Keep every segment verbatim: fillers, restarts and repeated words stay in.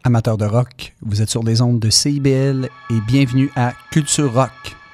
Amateurs de rock, vous êtes sur les ondes de C I B L et bienvenue à Culture Rock.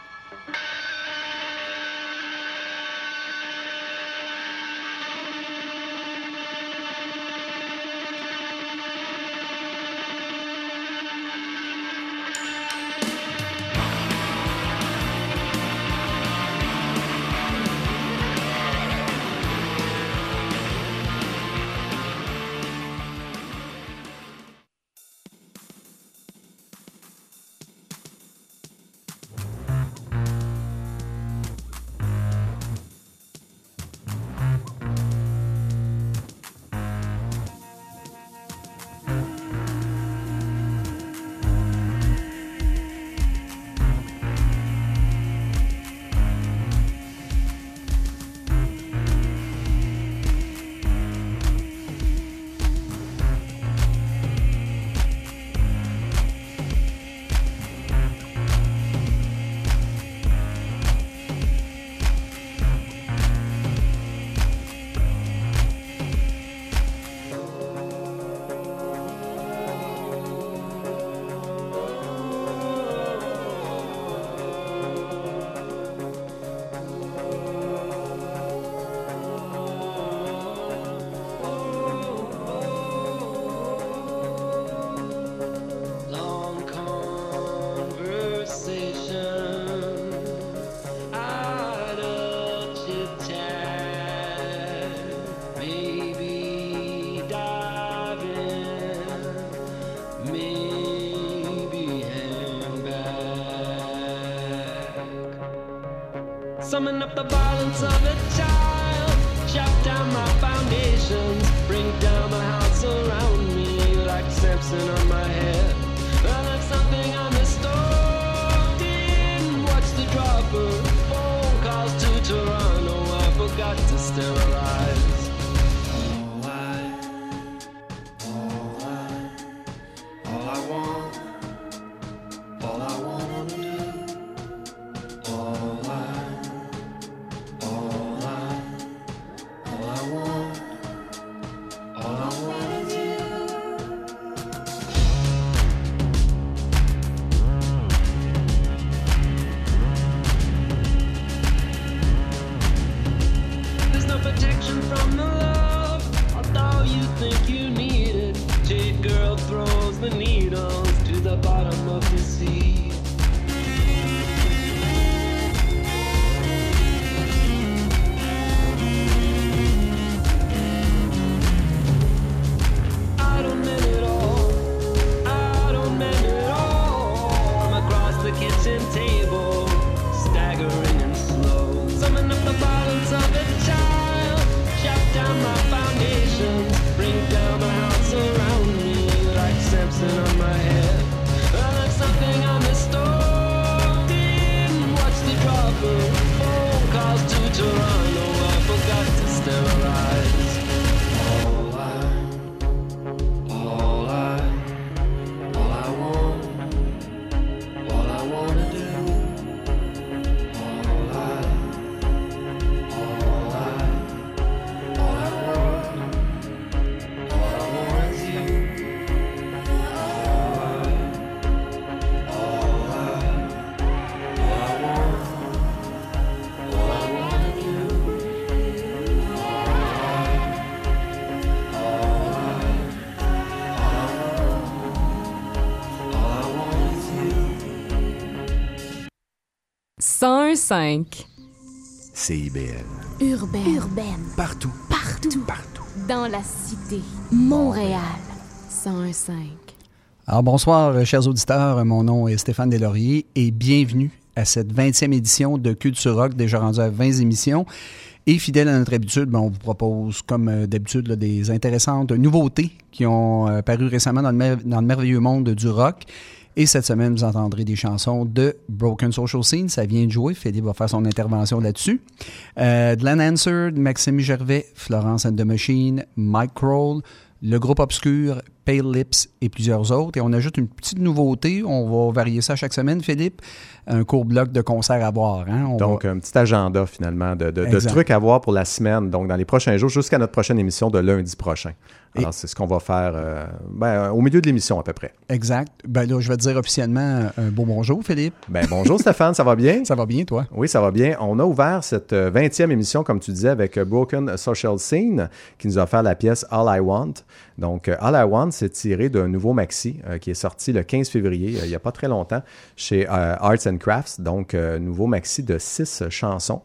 Summon up the violence of a child, chop down my foundations, bring down the house around me like Samson on my head. I like something on the stove, didn't watch the dropper, phone calls to Toronto, I forgot to sterilize. All I, all I, all I want, all I wanna do, all I. From the love, although you think you need it, Jade girl throws the needles to the bottom of the sea. I don't mean it all, I don't mean it all. I'm across the kitchen table, staggering and slow, summon up the violence of a child. Chop down my foundations, bring down the house around me like Samson on my head. I like something on the stove, didn't watch the dropper, phone calls to Toronto, I forgot to sterilize. All I, all I, all I want, all I wanna do. cent un virgule cinq C I B L. Urbaine. Urbaine. Partout. Partout. Partout. Dans la cité. Montréal. cent un virgule cinq. Alors bonsoir, chers auditeurs, mon nom est Stéphane Deslauriers et bienvenue à cette vingtième édition de Culture Rock, déjà rendue à vingt émissions. Et fidèle à notre habitude, ben, on vous propose, comme d'habitude, là, des intéressantes nouveautés qui ont euh, paru récemment dans le, mer- dans le merveilleux monde du rock. Et cette semaine, vous entendrez des chansons de Broken Social Scene. Ça vient de jouer. Philippe va faire son intervention là-dessus. Euh, Glenn Hansard, Maxime Gervais, Florence and the Machine, Mike Kroll, le groupe Obscur, Pale Lips et plusieurs autres. Et on ajoute une petite nouveauté. On va varier ça chaque semaine, Philippe. Un court bloc de concerts à voir. Hein? On Donc, va... un petit agenda, finalement, de, de, de trucs à voir pour la semaine. Donc, dans les prochains jours, jusqu'à notre prochaine émission de lundi prochain. Alors, et... c'est ce qu'on va faire euh, ben, au milieu de l'émission, à peu près. Exact. Ben là, je vais te dire officiellement un beau bonjour, Philippe. Ben bonjour, Stéphane. Ça va bien? Ça va bien, toi? Oui, ça va bien. On a ouvert cette vingtième émission, comme tu disais, avec Broken Social Scene, qui nous a offert la pièce All I Want. Donc, All I Want, c'est tiré d'un nouveau maxi euh, qui est sorti le quinze février, euh, il n'y a pas très longtemps, chez euh, Arts and Crafts. Donc, euh, nouveau maxi de six chansons.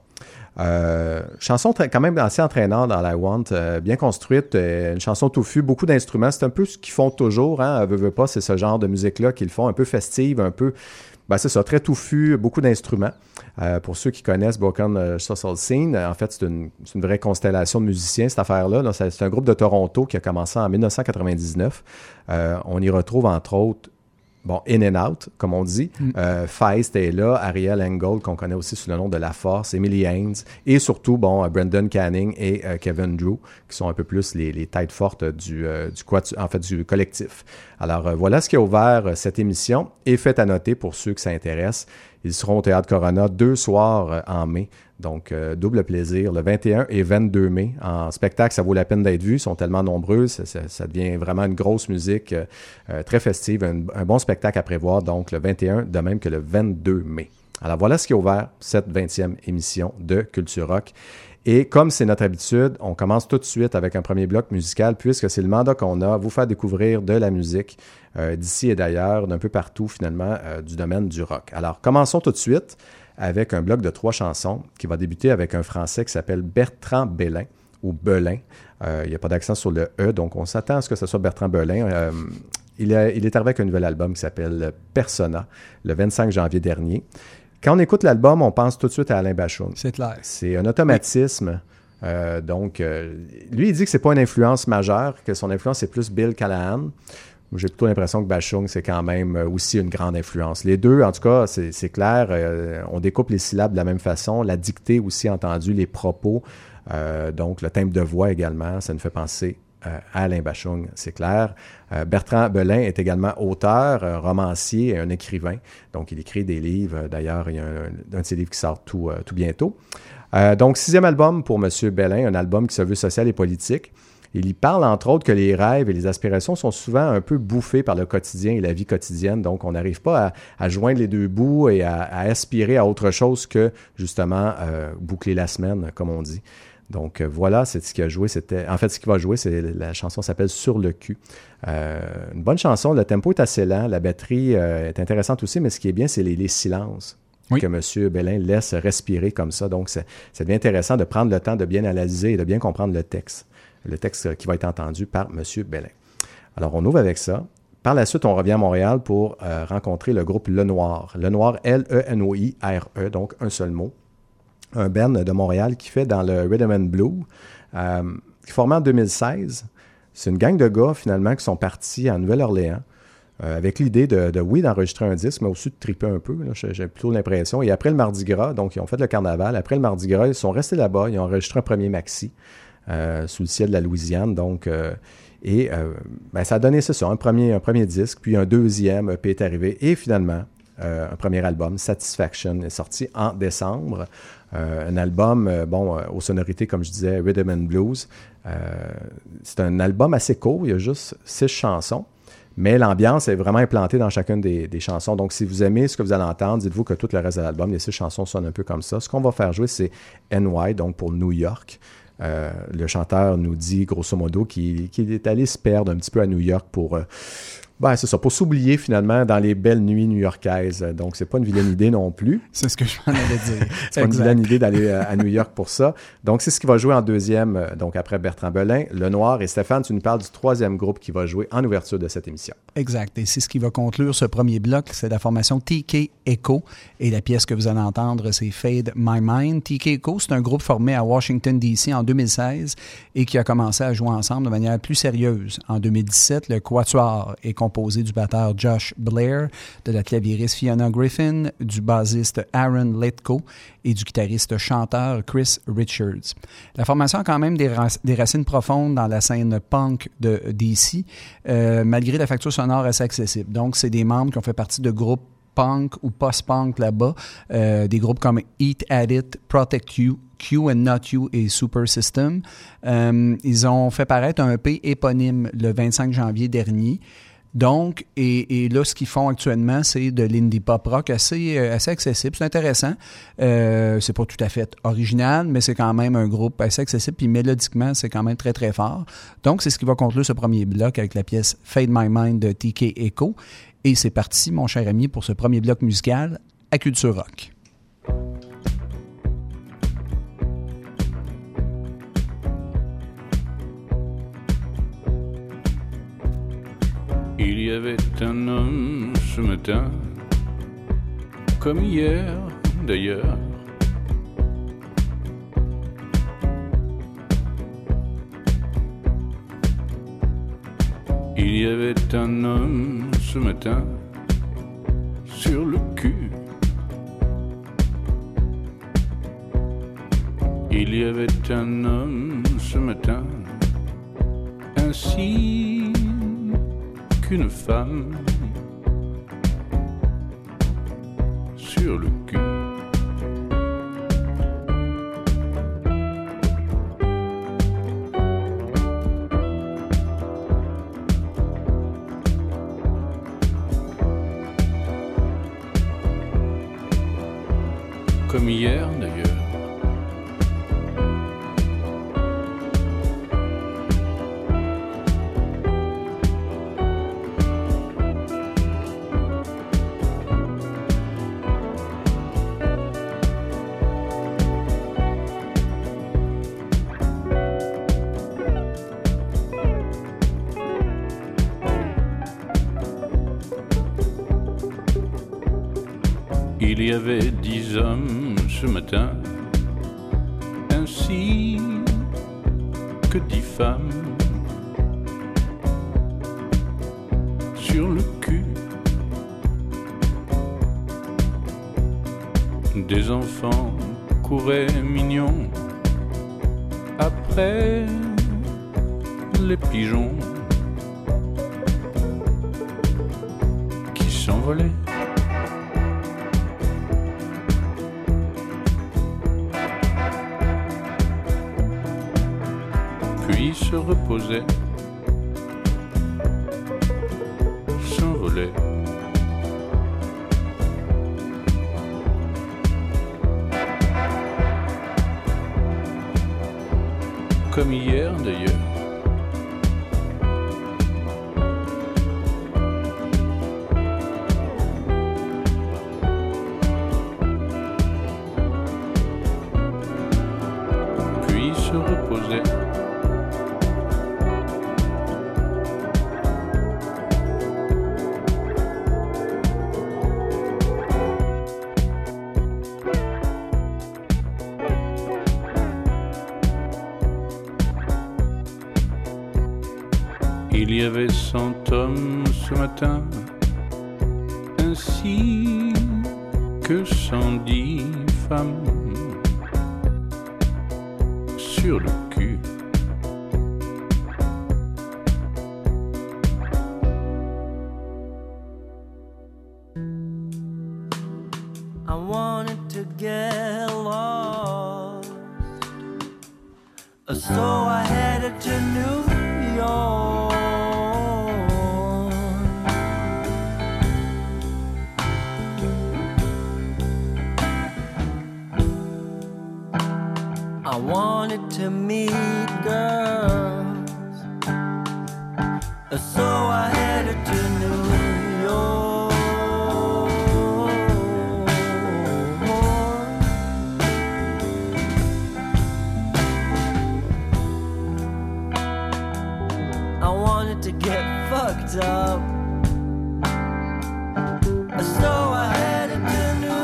Euh, chanson très, quand même assez entraînante dans la Want, euh, bien construite, euh, une chanson touffue, beaucoup d'instruments. C'est un peu ce qu'ils font toujours, hein, veux, veux pas, c'est ce genre de musique-là qu'ils font, un peu festive, un peu, ben c'est ça, très touffu, beaucoup d'instruments. Euh, pour ceux qui connaissent Broken euh, Social Scene, en fait, c'est une, c'est une vraie constellation de musiciens, cette affaire-là. Là, c'est, c'est un groupe de Toronto qui a commencé en dix-neuf cent quatre-vingt-dix-neuf. Euh, on y retrouve, entre autres, bon, In and Out, comme on dit. Mm. Euh, Feist est là, Ariel Engel, qu'on connaît aussi sous le nom de La Force, Emily Haynes, et surtout, bon, Brendan Canning et euh, Kevin Drew, qui sont un peu plus les, les têtes fortes du, euh, du, quoi, en fait, du collectif. Alors, euh, voilà ce qui a ouvert euh, cette émission. Et fait à noter, pour ceux que ça intéresse, ils seront au Théâtre Corona deux soirs euh, en mai. Donc, euh, double plaisir, le vingt et un et vingt-deux mai. En spectacle, ça vaut la peine d'être vu. Ils sont tellement nombreux. Ça, ça, ça devient vraiment une grosse musique euh, euh, très festive. Un, un bon spectacle à prévoir, donc le vingt et un, de même que le vingt-deux mai. Alors, voilà ce qui a ouvert cette vingtième émission de Culture Rock. Et comme c'est notre habitude, on commence tout de suite avec un premier bloc musical, puisque c'est le mandat qu'on a, vous faire découvrir de la musique euh, d'ici et d'ailleurs, d'un peu partout, finalement, euh, du domaine du rock. Alors, commençons tout de suite avec un bloc de trois chansons qui va débuter avec un Français qui s'appelle Bertrand Belin, ou Belin. Euh, il n'y a pas d'accent sur le E, donc on s'attend à ce que ce soit Bertrand Belin. Euh, il, a, il est arrivé avec un nouvel album qui s'appelle Persona, le vingt-cinq janvier dernier. Quand on écoute l'album, on pense tout de suite à Alain Bachung. C'est clair. C'est un automatisme. Oui. Euh, donc, euh, lui, il dit que c'est pas une influence majeure, que son influence, c'est plus Bill Callahan. J'ai plutôt l'impression que Bachung, c'est quand même aussi une grande influence. Les deux, en tout cas, c'est, c'est clair, euh, on découpe les syllabes de la même façon. La dictée aussi, entendu, les propos, euh, donc le timbre de voix également, ça nous fait penser euh, à Alain Bachung, c'est clair. Euh, Bertrand Belin est également auteur, un romancier et un écrivain. Donc, il écrit des livres. D'ailleurs, il y a un, un de ses livres qui sort tout, euh, tout bientôt. Euh, donc, sixième album pour M. Belin, un album qui se veut social et politique. Il y parle, entre autres, que les rêves et les aspirations sont souvent un peu bouffés par le quotidien et la vie quotidienne. Donc, on n'arrive pas à, à joindre les deux bouts et à, à aspirer à autre chose que, justement, euh, boucler la semaine, comme on dit. Donc, euh, voilà, c'est ce qui a joué. C'était, en fait, ce qui va jouer, c'est la chanson s'appelle « Sur le cul ». Euh, une bonne chanson. Le tempo est assez lent. La batterie euh, est intéressante aussi, mais ce qui est bien, c'est les, les silences. Oui. Que M. Belin laisse respirer comme ça. Donc, ça devient intéressant de prendre le temps de bien analyser et de bien comprendre le texte. Le texte qui va être entendu par M. Belin. Alors, on ouvre avec ça. Par la suite, on revient à Montréal pour euh, rencontrer le groupe Le Noir. Le Noir, L E N O I R E, donc un seul mot. Un band de Montréal qui fait dans le rhythm and blues, euh, qui est formé en deux mille seize. C'est une gang de gars, finalement, qui sont partis en Nouvelle-Orléans euh, avec l'idée de, de, oui, d'enregistrer un disque, mais aussi de triper un peu. Là, j'ai, j'ai plutôt l'impression. Et après le Mardi Gras, donc ils ont fait le carnaval. Après le Mardi Gras, ils sont restés là-bas. Ils ont enregistré un premier maxi. Euh, sous le ciel de la Louisiane, donc, euh, et euh, ben, ça a donné ça, ça un, premier, un premier disque, puis un deuxième E P est arrivé, et finalement, euh, un premier album, Satisfaction, est sorti en décembre. Euh, un album, euh, bon, euh, aux sonorités, comme je disais, Rhythm and Blues. Euh, c'est un album assez court, il y a juste six chansons, mais l'ambiance est vraiment implantée dans chacune des, des chansons. Donc, si vous aimez ce que vous allez entendre, dites-vous que tout le reste de l'album, les six chansons sonnent un peu comme ça. Ce qu'on va faire jouer, c'est N Y, donc pour New York. Euh, le chanteur nous dit, grosso modo, qu'il, qu'il est allé se perdre un petit peu à New York pour... Euh, ben, c'est ça, pour s'oublier finalement dans les belles nuits new-yorkaises. Donc, c'est pas une vilaine idée non plus. C'est ce que je m'en allais dire. C'est pas une vilaine idée d'aller à New York pour ça. Donc, c'est ce qui va jouer en deuxième, donc après Bertrand Belin, Le Noir. Et Stéphane, tu nous parles du troisième groupe qui va jouer en ouverture de cette émission. Exact. Et c'est ce qui va conclure ce premier bloc. C'est la formation T K Echo. Et la pièce que vous allez entendre, c'est Fade My Mind. T K Echo, c'est un groupe formé à Washington, D C en deux mille seize et qui a commencé à jouer ensemble de manière plus sérieuse. En deux mille dix-sept, le Quatuor est composé composé du batteur Josh Blair, de la claviériste Fiona Griffin, du bassiste Aaron Letko et du guitariste-chanteur Chris Richards. La formation a quand même des, rac- des racines profondes dans la scène punk de D C, euh, malgré la facture sonore assez accessible. Donc, c'est des membres qui ont fait partie de groupes punk ou post-punk là-bas, euh, des groupes comme Eat at It, Protect You, Q and Not You et Super System. Euh, ils ont fait paraître un E P éponyme le vingt-cinq janvier dernier. Donc, et, et là, ce qu'ils font actuellement, c'est de l'indie pop rock assez, assez accessible. C'est intéressant. Euh, c'est pas tout à fait original, mais c'est quand même un groupe assez accessible. Puis mélodiquement, c'est quand même très, très fort. Donc, c'est ce qui va conclure ce premier bloc avec la pièce Fade My Mind de T K Echo. Et c'est parti, mon cher ami, pour ce premier bloc musical à Culture Rock. Il y avait un homme ce matin, comme hier d'ailleurs. Il y avait un homme ce matin, sur le cul. Il y avait un homme ce matin, ainsi qu'une femme, sur le cul. Comme hier d'ailleurs. Il y avait dix hommes ce matin, ainsi que dix femmes, sur le cul. Des enfants couraient mignons après les pigeons qui s'envolaient. Puis se reposait, s'envolait. Comme hier d'ailleurs. Puis se reposait. Il y avait cent hommes ce matin, ainsi que cent dix femmes, sur le cul. I wanted to get lost, so I headed to New York. I wanted to meet girls, so I headed to New York. I wanted to get fucked up, so I headed to New York.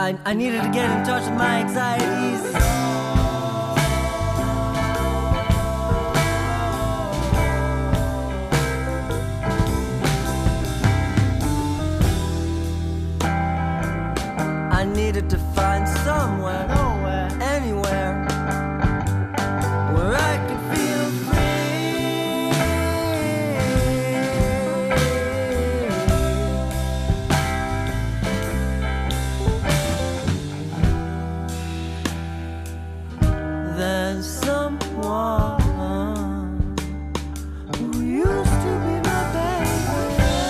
I, I needed to get in touch with my anxieties. I needed to find somewhere, nowhere, anywhere, where I could feel free. There's someone who used to be my baby.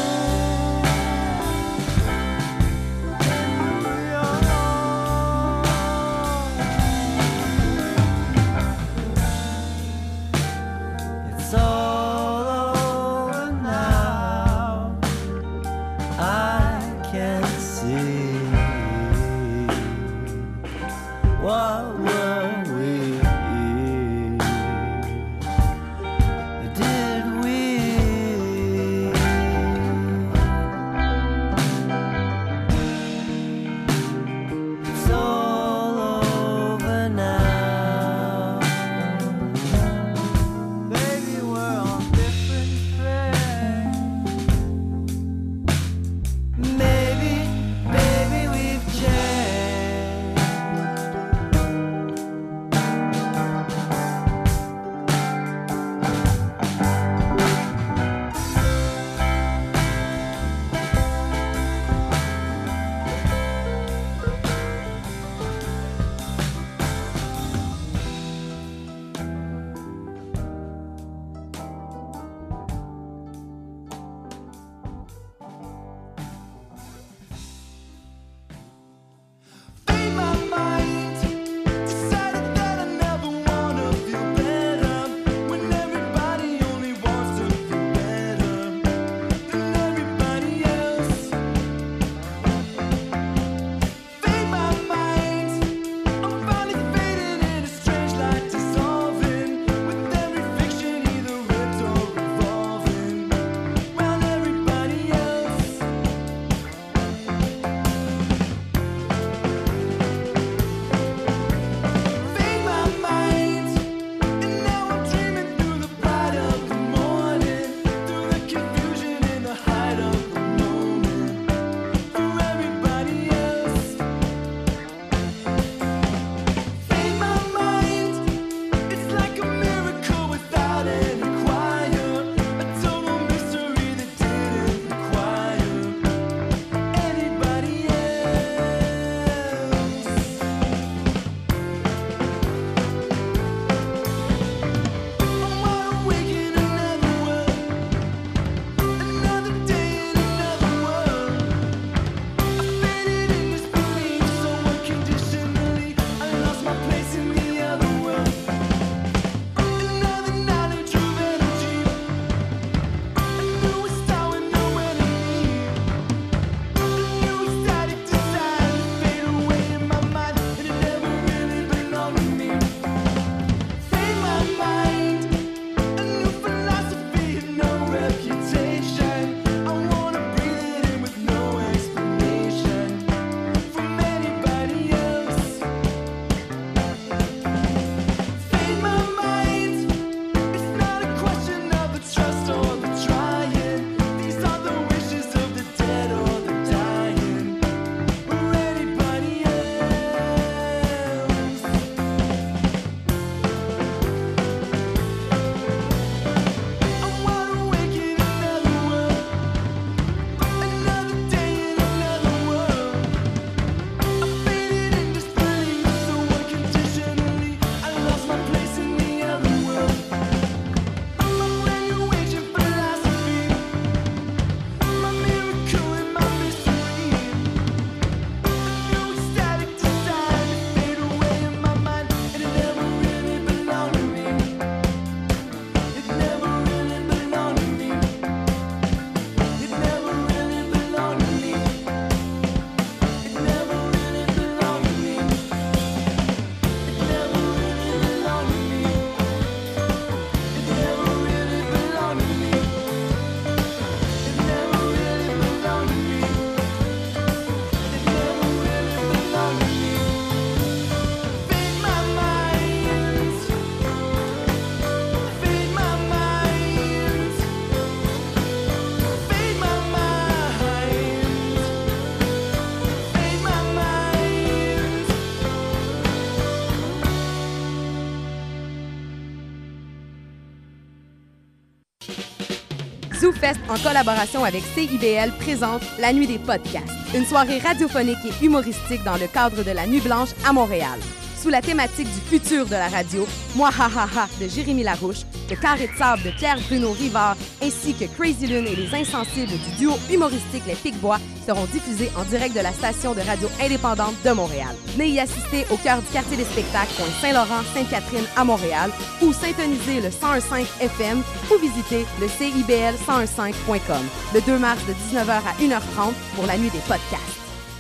It's all over now. I can see. What were we? ZooFest, en collaboration avec C I B L, présente La Nuit des podcasts, une soirée radiophonique et humoristique dans le cadre de la Nuit Blanche à Montréal. Sous la thématique du futur de la radio, Moi ha ha ha de Jérémy Larouche, Le Carré de sable de Pierre-Bruno Rivard, ainsi que Crazy Lune et Les Insensibles du duo humoristique Les Pic-Bois seront diffusés en direct de la station de radio indépendante de Montréal. Venez y assister au cœur du quartier des spectacles, coin Saint-Laurent-Sainte-Catherine à Montréal, ou syntoniser le cent un virgule cinq F M ou visiter le C I B L cent un virgule cinq point com le deux mars de dix-neuf heures à une heure trente pour la nuit des podcasts.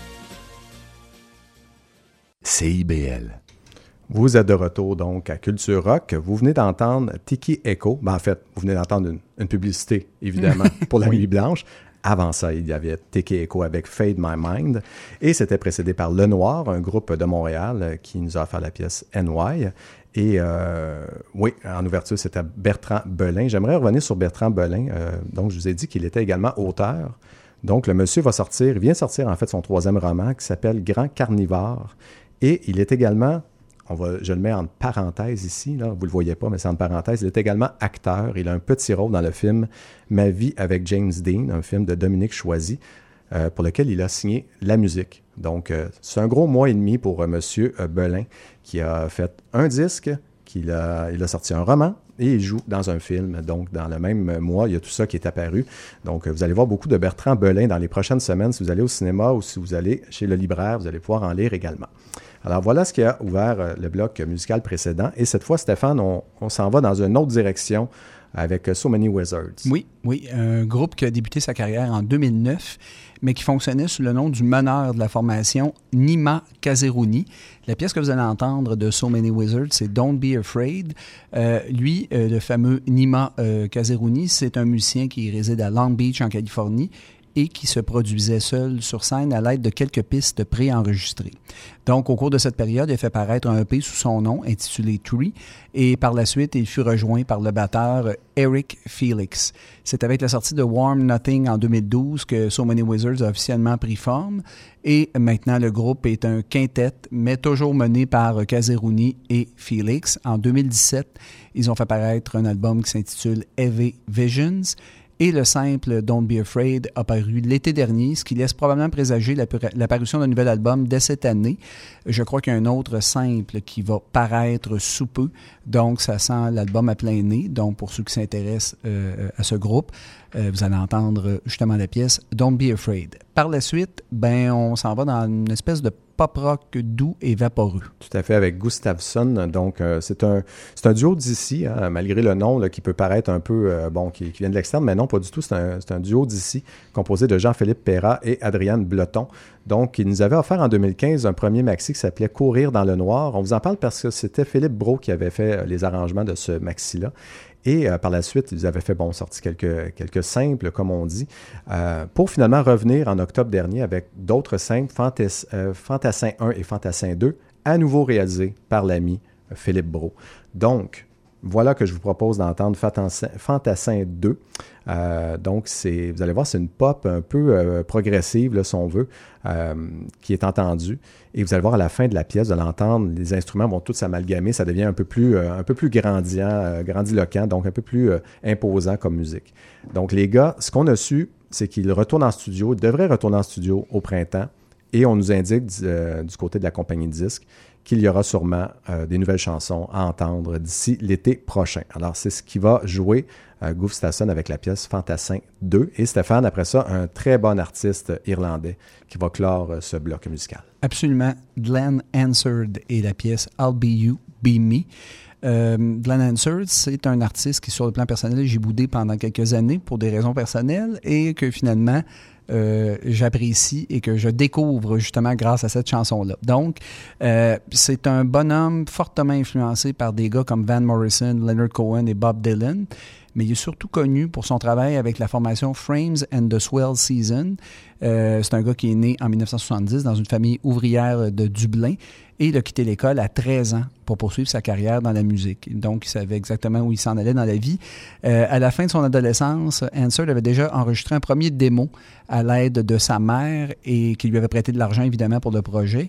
C I B L. Vous êtes de retour donc à Culture Rock. Vous venez d'entendre Tiki Echo. Ben, en fait, vous venez d'entendre une, une publicité, évidemment, pour la Oui. Nuit Blanche. Avant ça, il y avait Tiki Echo avec Fade My Mind. Et c'était précédé par Le Noir, un groupe de Montréal euh, qui nous a offert la pièce N Y. Et euh, oui, en ouverture, c'était Bertrand Belin. J'aimerais revenir sur Bertrand Belin. Euh, donc, je vous ai dit qu'il était également auteur. Donc, le monsieur va sortir, il vient sortir en fait son troisième roman qui s'appelle Grand Carnivore. Et il est également... On va, je le mets en parenthèse ici, là, vous ne le voyez pas, mais c'est en parenthèse. Il est également acteur. Il a un petit rôle dans le film Ma vie avec James Dean, un film de Dominique Choisy, euh, pour lequel il a signé la musique. Donc, euh, c'est un gros mois et demi pour euh, M. euh, Belin, qui a fait un disque, qu'il a, il a sorti un roman, et il joue dans un film. Donc, dans le même mois, il y a tout ça qui est apparu. Donc, euh, vous allez voir beaucoup de Bertrand Belin dans les prochaines semaines. Si vous allez au cinéma ou si vous allez chez le libraire, vous allez pouvoir en lire également. Alors, voilà ce qui a ouvert euh, le bloc musical précédent. Et cette fois, Stéphane, on, on s'en va dans une autre direction avec euh, So Many Wizards. Oui, oui, un groupe qui a débuté sa carrière en deux mille neuf, mais qui fonctionnait sous le nom du meneur de la formation, Nima Kazeruni. La pièce que vous allez entendre de So Many Wizards, c'est Don't Be Afraid. Euh, lui, euh, le fameux Nima euh, Kazeruni, c'est un musicien qui réside à Long Beach, en Californie, et qui se produisait seul sur scène à l'aide de quelques pistes préenregistrées. Donc, au cours de cette période, il a fait paraître un E P sous son nom, intitulé Tree, et par la suite, il fut rejoint par le batteur Eric Felix. C'est avec la sortie de Warm Nothing en deux mille douze que So Many Wizards a officiellement pris forme, et maintenant, le groupe est un quintet, mais toujours mené par Kazeruni et Felix. En deux mille dix-sept, ils ont fait paraître un album qui s'intitule Heavy Visions, et le simple Don't Be Afraid a paru l'été dernier, ce qui laisse probablement présager l'apparition d'un nouvel album dès cette année. Je crois qu'il y a un autre simple qui va paraître sous peu, donc ça sent l'album à plein nez. Donc pour ceux qui s'intéressent euh, à ce groupe, euh, vous allez entendre justement la pièce Don't Be Afraid. Par la suite, ben on s'en va dans une espèce de pop-rock doux et vaporeux. Tout à fait, avec Gustafsson. Donc, euh, c'est un, c'est un duo d'ici, hein, malgré le nom là, qui peut paraître un peu, euh, bon, qui, qui vient de l'externe, mais non, pas du tout. C'est un, c'est un duo d'ici composé de Jean-Philippe Perrat et Adrienne Bleton. Donc, ils nous avaient offert en deux mille quinze un premier maxi qui s'appelait Courir dans le noir. On vous en parle parce que c'était Philippe Brault qui avait fait les arrangements de ce maxi-là. Et euh, par la suite, ils avaient fait, bon, sorti quelques, quelques simples, comme on dit, euh, pour finalement revenir en octobre dernier avec d'autres simples, Fantas, euh, Fantassin un et Fantassin deux, à nouveau réalisés par l'ami Philippe Brault. Donc, voilà que je vous propose d'entendre Fantassin, Fantassin deux. Euh, donc, c'est, vous allez voir, c'est une pop un peu euh, progressive, là, si on veut, euh, qui est entendue. Et vous allez voir à la fin de la pièce, vous allez entendre, les instruments vont tous s'amalgamer, ça devient un peu plus, euh, un peu plus grandian, euh, grandiloquent, donc un peu plus euh, imposant comme musique. Donc, les gars, ce qu'on a su, c'est qu'ils retournent en studio, ils devraient retourner en studio au printemps, et on nous indique euh, du côté de la compagnie de disques qu'il y aura sûrement euh, des nouvelles chansons à entendre d'ici l'été prochain. Alors, c'est ce qui va jouer euh, Gustafsson avec la pièce Fantassin deux. Et Stéphane, après ça, un très bon artiste irlandais qui va clore euh, ce bloc musical. Absolument. Glenn Hansard et la pièce I'll Be You, Be Me. Euh, Glenn Hansard, c'est un artiste qui, sur le plan personnel, j'ai boudé pendant quelques années pour des raisons personnelles et que finalement, Euh, j'apprécie et que je découvre justement grâce à cette chanson-là. Donc, euh, c'est un bonhomme fortement influencé par des gars comme Van Morrison, Leonard Cohen et Bob Dylan, mais il est surtout connu pour son travail avec la formation Frames and the Swell Season. Euh, c'est un gars qui est né en dix-neuf cent soixante-dix dans une famille ouvrière de Dublin et il a quitté l'école à treize ans pour poursuivre sa carrière dans la musique. Donc, il savait exactement où il s'en allait dans la vie. Euh, à la fin de son adolescence, Hansard avait déjà enregistré un premier démo à l'aide de sa mère et qui lui avait prêté de l'argent, évidemment, pour le projet.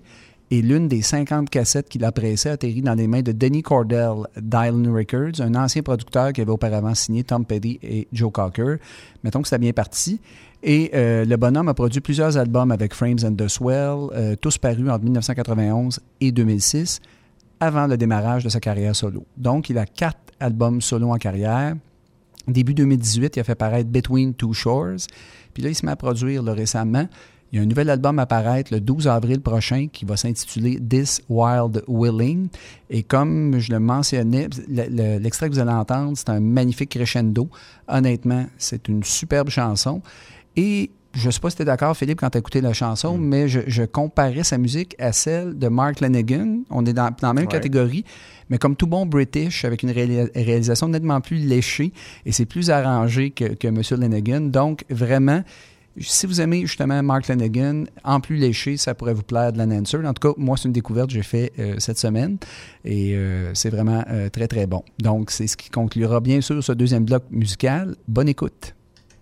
Et l'une des cinquante cassettes qu'il a pressées atterrit dans les mains de Denny Cordell d'Island Records, un ancien producteur qui avait auparavant signé Tom Petty et Joe Cocker. Mettons que c'était bien parti. Et euh, le bonhomme a produit plusieurs albums avec Frames and the Swell, euh, tous parus entre dix-neuf cent quatre-vingt-onze et deux mille six, avant le démarrage de sa carrière solo. Donc, il a quatre albums solo en carrière. Début deux mille dix-huit, il a fait paraître Between Two Shores. Puis là, il se met à produire là, récemment. Il y a un nouvel album à paraître le douze avril prochain qui va s'intituler This Wild Willing. Et comme je le mentionnais, le, le, l'extrait que vous allez entendre, c'est un magnifique crescendo. Honnêtement, c'est une superbe chanson. Et je ne sais pas si tu es d'accord, Philippe, quand tu as écouté la chanson, mm. mais je, je comparais sa musique à celle de Mark Lanegan. On est dans, dans la même ouais. catégorie, mais comme tout bon British, avec une réalis- réalisation nettement plus léchée, et c'est plus arrangé que, que M. Lanegan. Donc, vraiment, si vous aimez justement Mark Lanegan, en plus léché, ça pourrait vous plaire de l'Enhancer. En tout cas, moi, c'est une découverte que j'ai faite euh, cette semaine, et euh, c'est vraiment euh, très, très bon. Donc, c'est ce qui conclura bien sûr ce deuxième bloc musical. Bonne écoute.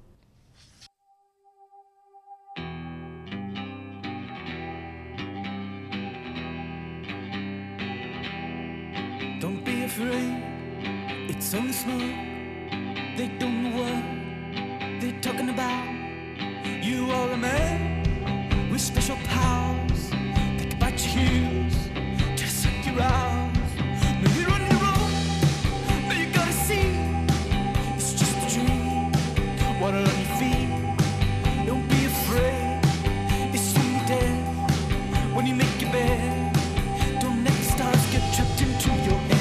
Don't be afraid, it's only smoke. They don't know what they're talking about. You are a man with special powers. Think about your heels, just suck your eyes. No, you're on your own, but you gotta see it's just a dream. Water on your feet, don't be afraid. It's only dead when you make your bed. Don't let the stars get trapped into your head.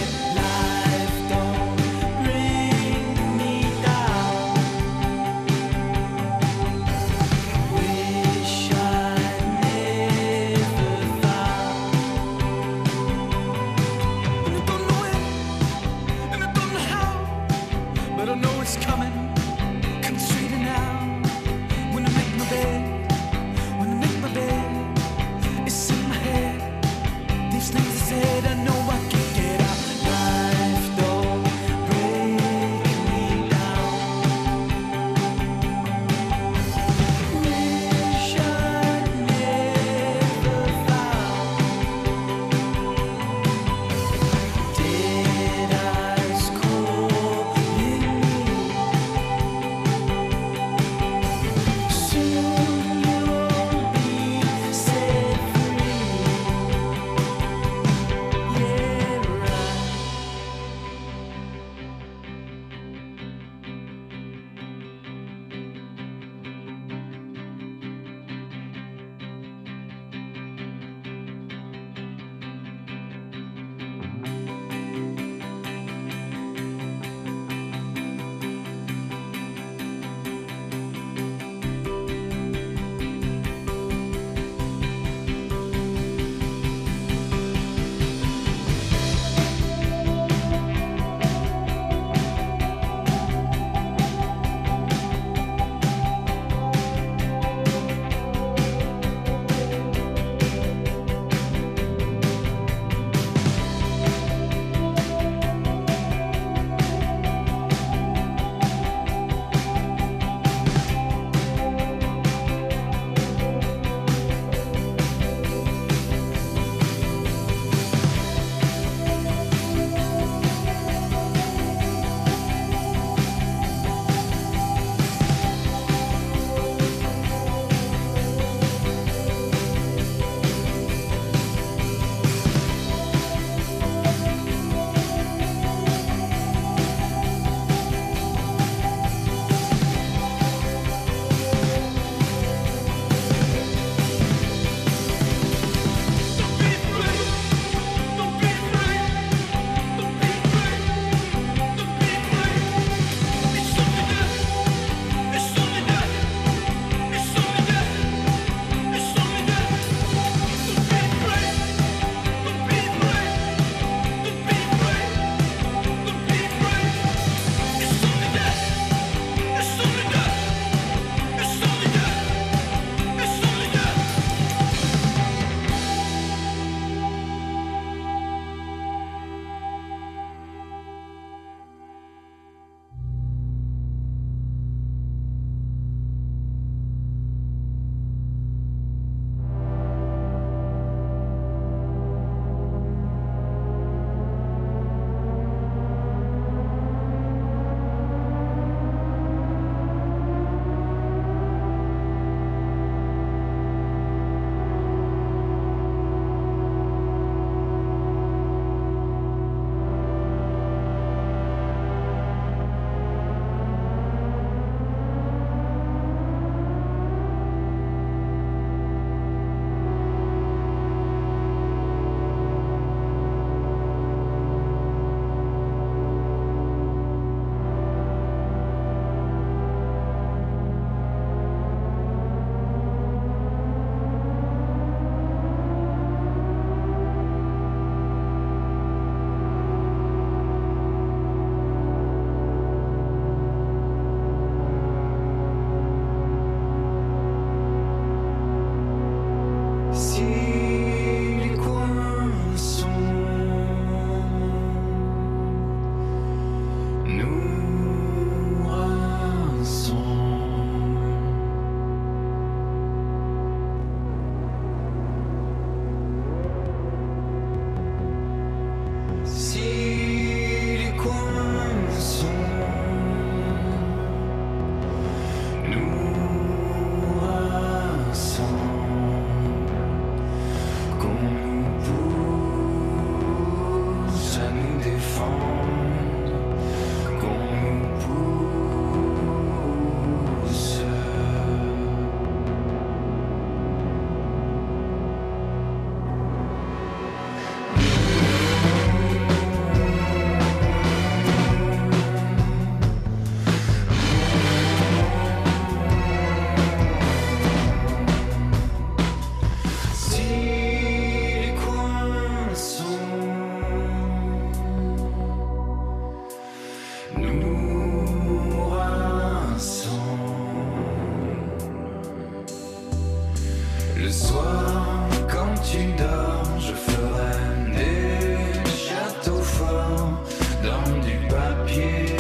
papier.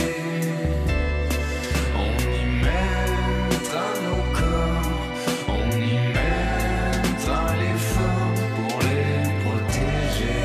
On y mettra nos corps, on y mettra l'effort pour les protéger.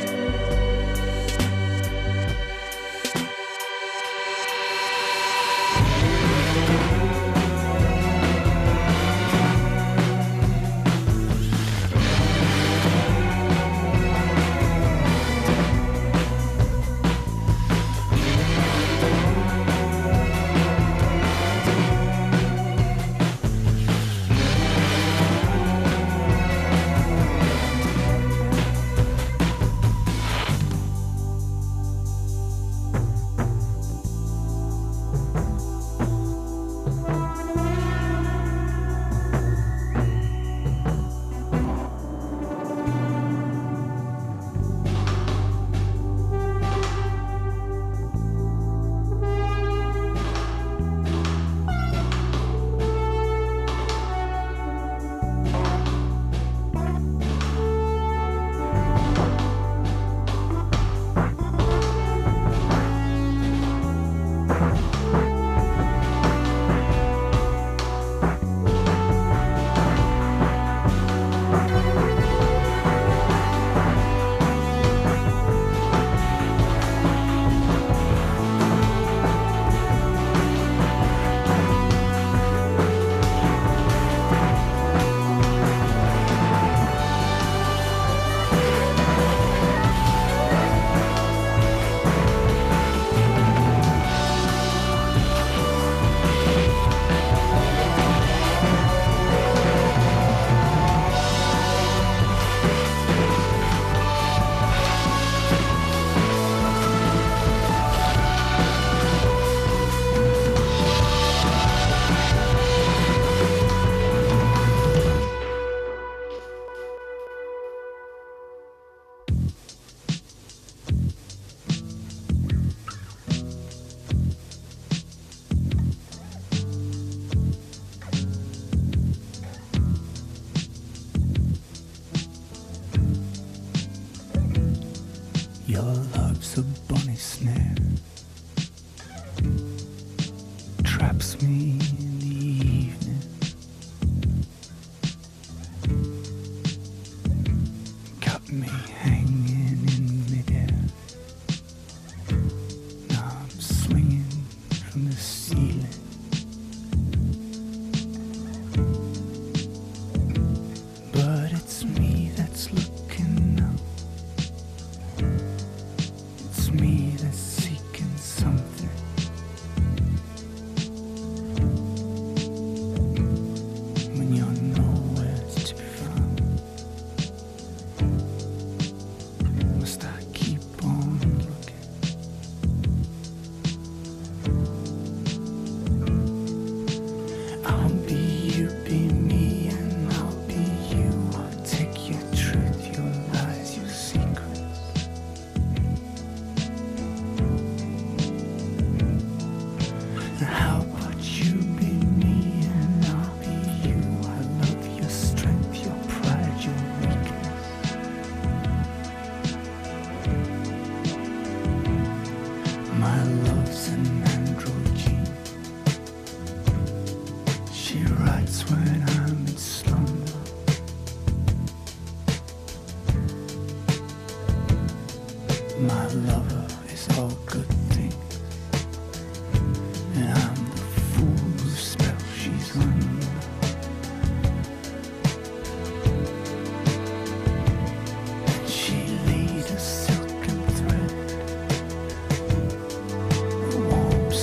Your love's a bonny snare, traps me in the evening, got me hanging in midair. Now I'm swinging from the ceiling. But it's me that's looking up. It's me that's seeking something. When you're nowhere to be found, must I keep on looking? I'll be you, be me, and I'll be you. I'll take your truth, your lies, your secrets. How about you be me and I'll be you? I love your strength, your pride, your weakness. My love's an androgyne. She writes when I'm in slumber. My lover is all good things. And I'm the fool whose spell she's under. And she laid a silken thread, a warm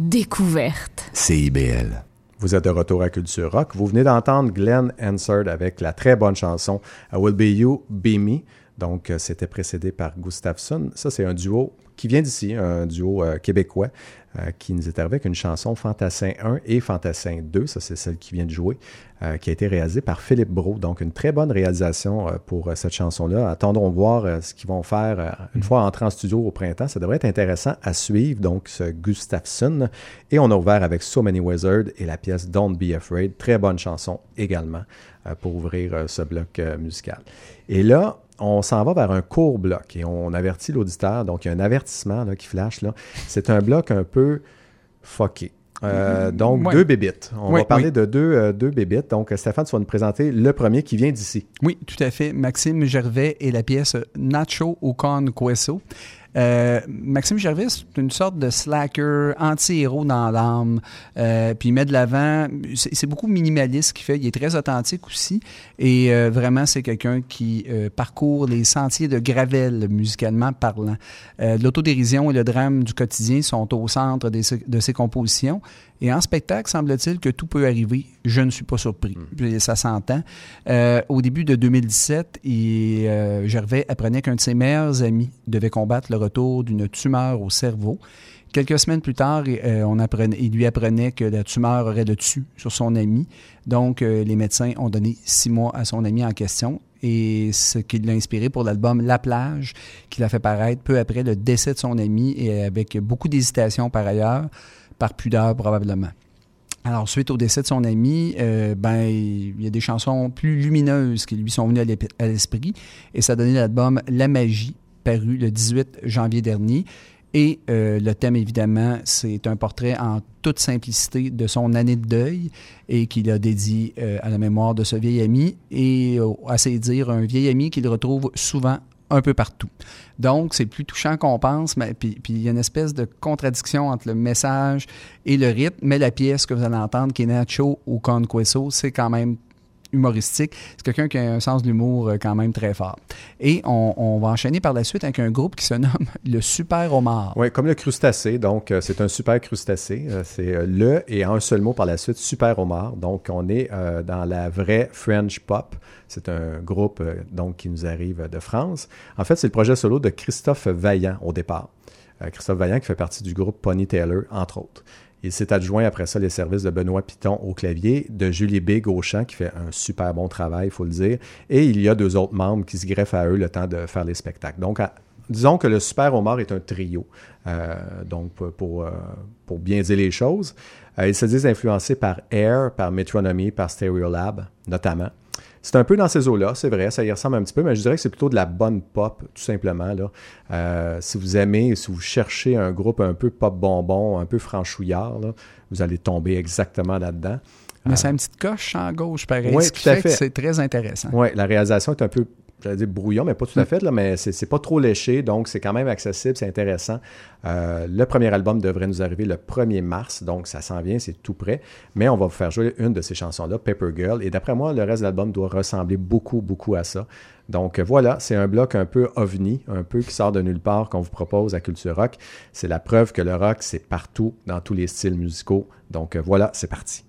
découverte. C I B L. Vous êtes de retour à Culture Rock. Vous venez d'entendre Glenn Hansard avec la très bonne chanson « I Will Be You, Be Me ». Donc, euh, c'était précédé par Gustafsson. Ça, c'est un duo qui vient d'ici, un duo euh, québécois euh, qui nous est arrivé avec une chanson Fantassin un et Fantassin deux. Ça, c'est celle qui vient de jouer, euh, qui a été réalisée par Philippe Brault. Donc, une très bonne réalisation euh, pour euh, cette chanson-là. Attendons voir euh, ce qu'ils vont faire euh, une fois entrés en studio au printemps. Ça devrait être intéressant à suivre, donc ce Gustafsson. Et on a ouvert avec So Many Wizards et la pièce Don't Be Afraid. Très bonne chanson également euh, pour ouvrir euh, ce bloc euh, musical. Et là, on s'en va vers un court bloc et on avertit l'auditeur. Donc, il y a un avertissement là, qui flash. Là. C'est un bloc un peu fucké. Euh, donc, ouais. deux bébites. On oui, va parler oui. de deux, euh, deux bébites. Donc, Stéphane, tu vas nous présenter le premier qui vient d'ici. Oui, tout à fait. Maxime Gervais et la pièce Nacho au Con Queso. Euh, Maxime Gervais, c'est une sorte de slacker, anti-héros dans l'âme, euh, puis il met de l'avant, c'est, c'est beaucoup minimaliste ce qu'il fait, il est très authentique aussi, et euh, vraiment c'est quelqu'un qui euh, parcourt les sentiers de Gravel musicalement parlant. Euh, l'autodérision et le drame du quotidien sont au centre des, de ses compositions, et en spectacle, semble-t-il que tout peut arriver. Je ne suis pas surpris. Mmh. Ça s'entend. Euh, au début de deux mille dix-sept, il, euh, Gervais apprenait qu'un de ses meilleurs amis devait combattre le retour d'une tumeur au cerveau. Quelques semaines plus tard, euh, on apprenait, il lui apprenait que la tumeur aurait le dessus sur son ami. Donc, euh, les médecins ont donné six mois à son ami en question. Et ce qui l'a inspiré pour l'album La Plage, qu'il a fait paraître peu après le décès de son ami et avec beaucoup d'hésitation par ailleurs, par pudeur probablement. Alors, suite au décès de son ami, euh, ben, il y a des chansons plus lumineuses qui lui sont venues à l'esprit et ça a donné l'album La Magie, paru le dix-huit janvier dernier. Et euh, le thème, évidemment, c'est un portrait en toute simplicité de son année de deuil et qu'il a dédié euh, à la mémoire de ce vieil ami et, euh, à ses dires, un vieil ami qu'il retrouve souvent un peu partout. Donc, c'est plus touchant qu'on pense, mais puis, puis il y a une espèce de contradiction entre le message et le rythme, mais la pièce que vous allez entendre, qui est Nacho au Con Queso, c'est quand même humoristique. C'est quelqu'un qui a un sens de l'humour quand même très fort. Et on, on va enchaîner par la suite avec un groupe qui se nomme le Super Homard. Oui, comme le crustacé. Donc, euh, c'est un super crustacé. Euh, c'est euh, le et en un seul mot par la suite, Super Homard. Donc, on est euh, dans la vraie French pop. C'est un groupe euh, donc qui nous arrive de France. En fait, c'est le projet solo de Christophe Vaillant au départ. Euh, Christophe Vaillant qui fait partie du groupe Pony Taylor, entre autres. Il s'est adjoint après ça les services de Benoît Piton au clavier, de Julie Big au chant, qui fait un super bon travail, il faut le dire. Et il y a deux autres membres qui se greffent à eux le temps de faire les spectacles. Donc, à, disons que le Super Homard est un trio, euh, donc pour, pour, euh, pour bien dire les choses. Euh, ils se disent influencés par Air, par Metronomy, par Stereolab, notamment. C'est un peu dans ces eaux-là, c'est vrai, ça y ressemble un petit peu, mais je dirais que c'est plutôt de la bonne pop, tout simplement. Là. Euh, si vous aimez, si vous cherchez un groupe un peu pop bonbon, un peu franchouillard, là, vous allez tomber exactement là-dedans. Mais euh, c'est une petite coche en gauche, pareil. Oui, ce qui tout à fait fait. que c'est très intéressant. Oui, la réalisation est un peu, j'allais dire brouillon, mais pas tout à fait, là, mais c'est, c'est pas trop léché, donc c'est quand même accessible, c'est intéressant. Euh, le premier album devrait nous arriver le premier mars, donc ça s'en vient, c'est tout prêt. Mais on va vous faire jouer une de ces chansons-là, Paper Girl, et d'après moi, le reste de l'album doit ressembler beaucoup, beaucoup à ça. Donc voilà, c'est un bloc un peu ovni, un peu qui sort de nulle part qu'on vous propose à Culture Rock. C'est la preuve que le rock, c'est partout, dans tous les styles musicaux. Donc voilà, c'est parti.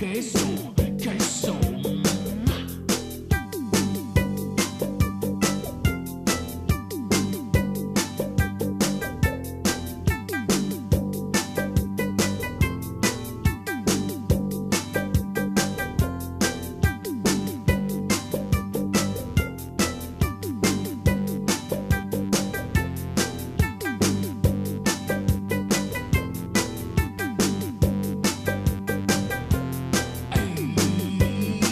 queso, queso. Hey.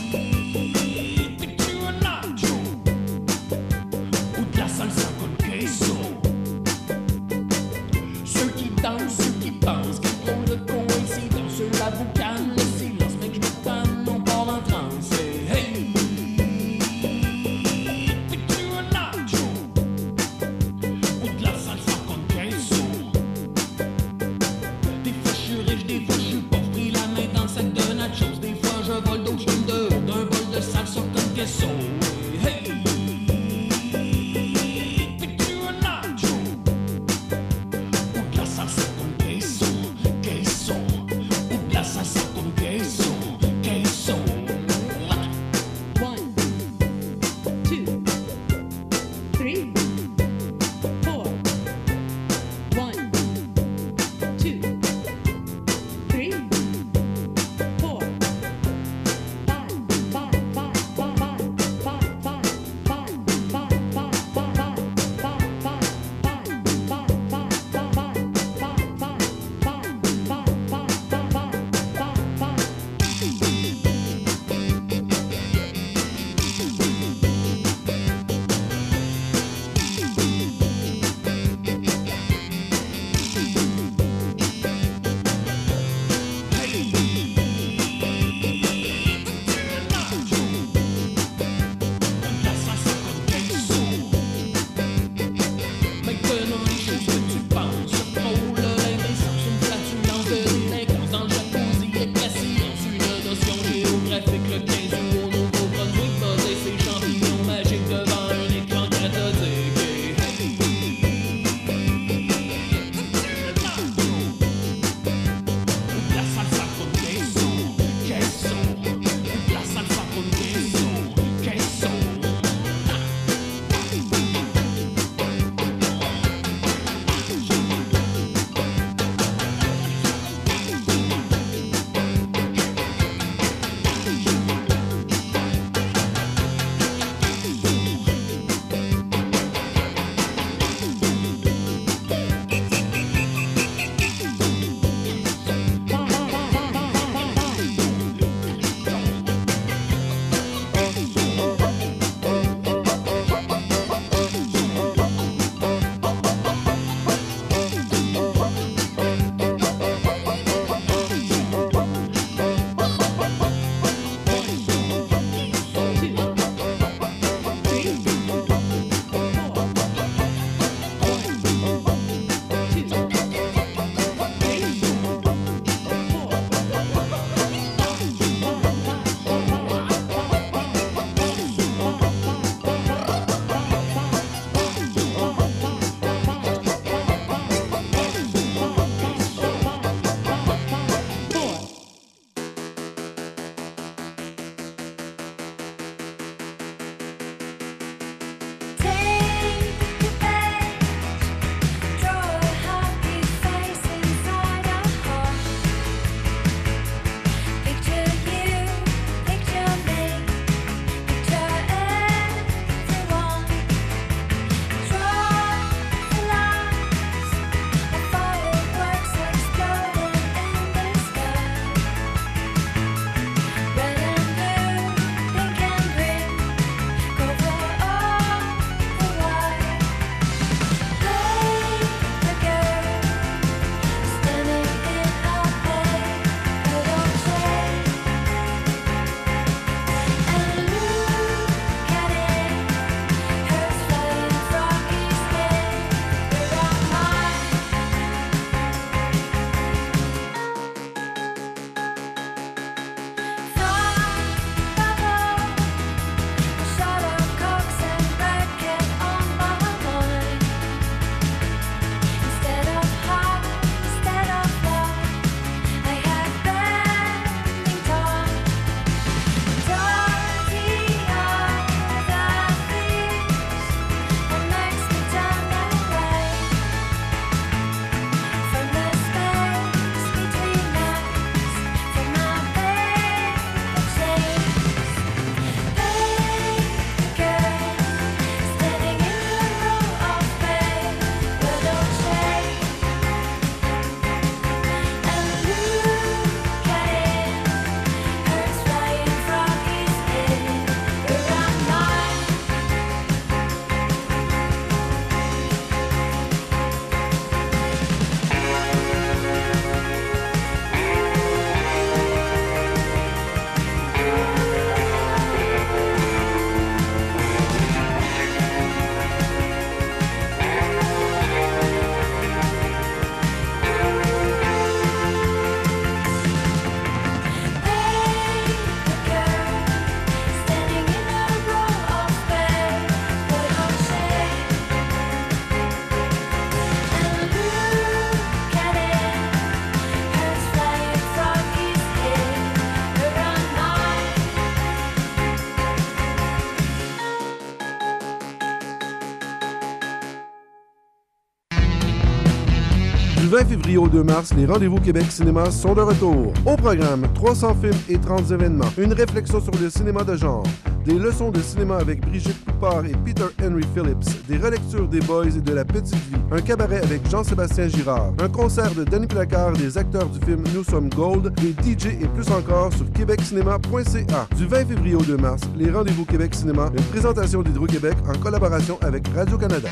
Du vingt février au deux mars, les Rendez-vous Québec Cinéma sont de retour. Au programme, trois cents films et trente événements. Une réflexion sur le cinéma de genre. Des leçons de cinéma avec Brigitte Poupard et Peter Henry Phillips. Des relectures des Boys et de La Petite Vie. Un cabaret avec Jean-Sébastien Girard. Un concert de Danny Placard et des acteurs du film Nous sommes Gold. Des D J et plus encore sur québec cinéma point c a. Du vingt février au deux mars, les Rendez-vous Québec Cinéma. Une présentation d'Hydro-Québec en collaboration avec Radio-Canada.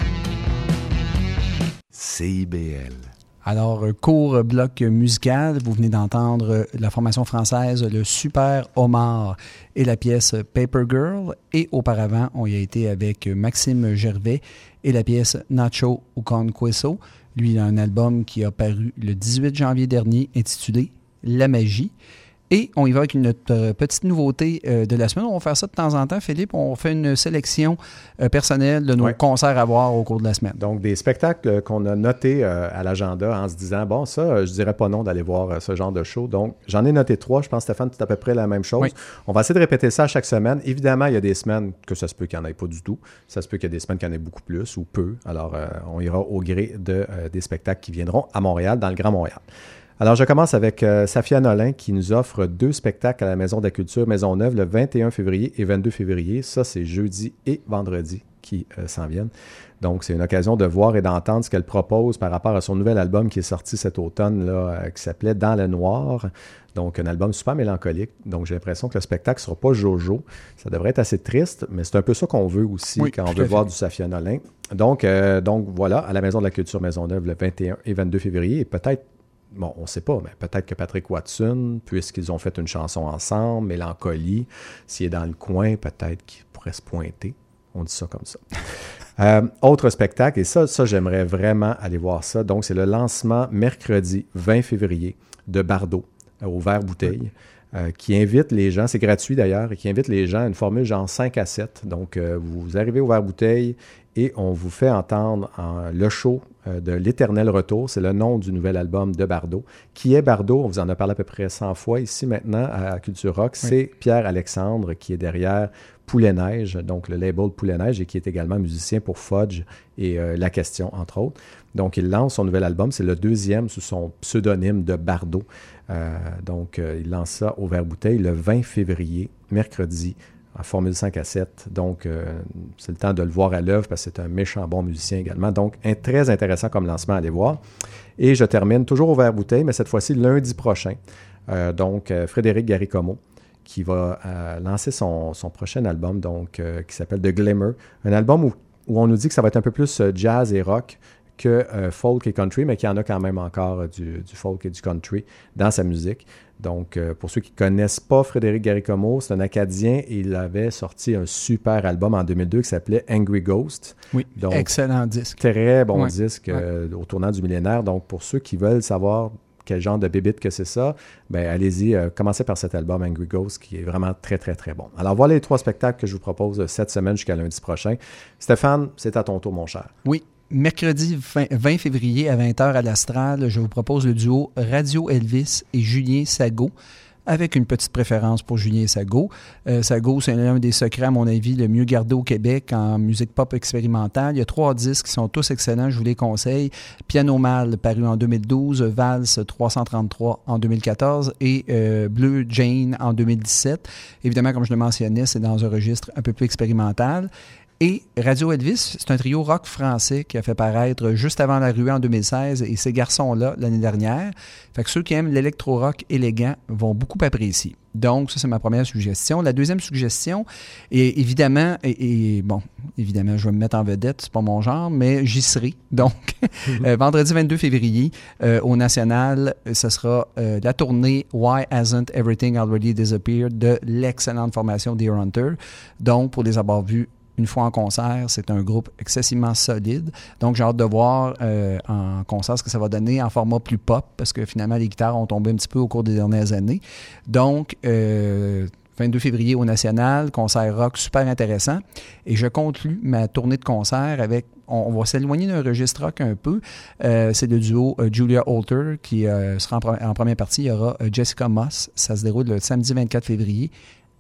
C I B L. Alors, court bloc musical, vous venez d'entendre la formation française Le Super Homard et la pièce Paper Girl. Et auparavant, on y a été avec Maxime Gervais et la pièce Nacho Con Queso. Lui, il a un album qui a paru le dix-huit janvier dernier intitulé La Magie. Et on y va avec une euh, petite nouveauté euh, de la semaine. On va faire ça de temps en temps, Philippe. On fait une sélection euh, personnelle de nos ouais. concerts à voir au cours de la semaine. Donc, des spectacles qu'on a notés euh, à l'agenda en se disant, bon, ça, je dirais pas non d'aller voir euh, ce genre de show. Donc, j'en ai noté trois. Je pense, Stéphane, c'est à peu près la même chose. Oui. On va essayer de répéter ça chaque semaine. Évidemment, il y a des semaines que ça se peut qu'il n'y en ait pas du tout. Ça se peut qu'il y ait des semaines qu'il y en ait beaucoup plus ou peu. Alors, euh, on ira au gré de, euh, des spectacles qui viendront à Montréal, dans le Grand Montréal. Alors, je commence avec euh, Safia Nolin qui nous offre deux spectacles à la Maison de la Culture Maisonneuve le vingt et un février et vingt-deux février. Ça, c'est jeudi et vendredi qui euh, s'en viennent. Donc, c'est une occasion de voir et d'entendre ce qu'elle propose par rapport à son nouvel album qui est sorti cet automne, là, euh, qui s'appelait Dans le Noir. Donc, un album super mélancolique. Donc, j'ai l'impression que le spectacle ne sera pas jojo. Ça devrait être assez triste, mais c'est un peu ça qu'on veut aussi oui, quand on veut voir du Safia Nolin. Donc, euh, donc, voilà, à la Maison de la Culture Maisonneuve le vingt et un et vingt-deux février. Et peut-être bon, on ne sait pas, mais peut-être que Patrick Watson, puisqu'ils ont fait une chanson ensemble, Mélancolie, s'il est dans le coin, peut-être qu'il pourrait se pointer. On dit ça comme ça. euh, autre spectacle, et ça, ça, j'aimerais vraiment aller voir ça. Donc, c'est le lancement mercredi vingt février de Bardot euh, au Vert Bouteille. Euh, qui invite les gens, c'est gratuit d'ailleurs, et qui invite les gens à une formule genre cinq à sept. Donc, euh, vous arrivez au Vert Bouteille et on vous fait entendre en, le show euh, de l'Éternel Retour. C'est le nom du nouvel album de Bardot. Qui est Bardot? On vous en a parlé à peu près cent fois ici maintenant à Culture Rock. Oui. C'est Pierre Alexandre qui est derrière Poulet Neige, donc le label Poulet Neige, et qui est également musicien pour Fudge et euh, La Question, entre autres. Donc, il lance son nouvel album. C'est le deuxième sous son pseudonyme de Bardot. Euh, donc, euh, il lance ça au Vert Bouteille le vingt février, mercredi, en formule cinq à sept. Donc, euh, c'est le temps de le voir à l'œuvre parce que c'est un méchant bon musicien également. Donc, un, très intéressant comme lancement à aller voir. Et je termine toujours au Vert Bouteille, mais cette fois-ci lundi prochain. Euh, donc, euh, Frédéric Garicomo, qui va euh, lancer son, son prochain album, donc, euh, qui s'appelle The Glimmer. Un album où, où on nous dit que ça va être un peu plus euh, jazz et rock que euh, folk et country, mais qu'il y en a quand même encore euh, du, du folk et du country dans sa musique. Donc, euh, pour ceux qui ne connaissent pas Frédéric Garicomo, c'est un Acadien et il avait sorti un super album en deux mille deux qui s'appelait Angry Ghost. Oui, donc, excellent disque. Très bon ouais. disque euh, ouais. au tournant du millénaire. Donc, pour ceux qui veulent savoir quel genre de bébite que c'est ça, ben allez-y, euh, commencez par cet album Angry Ghost qui est vraiment très, très, très bon. Alors, voilà les trois spectacles que je vous propose cette semaine jusqu'à lundi prochain. Stéphane, c'est à ton tour, mon cher. Oui. Mercredi vingt février à vingt heures à l'Astral, je vous propose le duo Radio Elvis et Julien Sago, avec une petite préférence pour Julien Sago. Euh, Sago, c'est l'un des secrets, à mon avis, le mieux gardé au Québec en musique pop expérimentale. Il y a trois disques qui sont tous excellents, je vous les conseille. Piano Mal, paru en deux mille douze, Valse trois cent trente-trois en deux mille quatorze et euh, Bleu Jane en deux mille dix-sept. Évidemment, comme je le mentionnais, c'est dans un registre un peu plus expérimental. Et Radio Elvis, c'est un trio rock français qui a fait paraître Juste avant la ruée en deux mille seize et Ces garçons-là l'année dernière. Fait que ceux qui aiment l'électro-rock élégant vont beaucoup apprécier. Donc, ça, c'est ma première suggestion. La deuxième suggestion, et évidemment, et, et bon, évidemment, je vais me mettre en vedette, c'est pas mon genre, mais j'y serai. Donc, euh, vendredi vingt-deux février, euh, au National, ce sera euh, la tournée Why Hasn't Everything Already Disappeared de l'excellente formation Deer Hunter. Donc, pour les avoir vus une fois en concert, c'est un groupe excessivement solide. Donc, j'ai hâte de voir euh, en concert ce que ça va donner en format plus pop, parce que finalement, les guitares ont tombé un petit peu au cours des dernières années. Donc, euh, vingt-deux février au National, concert rock super intéressant. Et je conclue ma tournée de concert avec, on, on va s'éloigner d'un registre rock un peu, euh, c'est le duo euh, Julia Holter qui euh, sera en, pre- en première partie. Il y aura euh, Jessica Moss. Ça se déroule le samedi vingt-quatre février.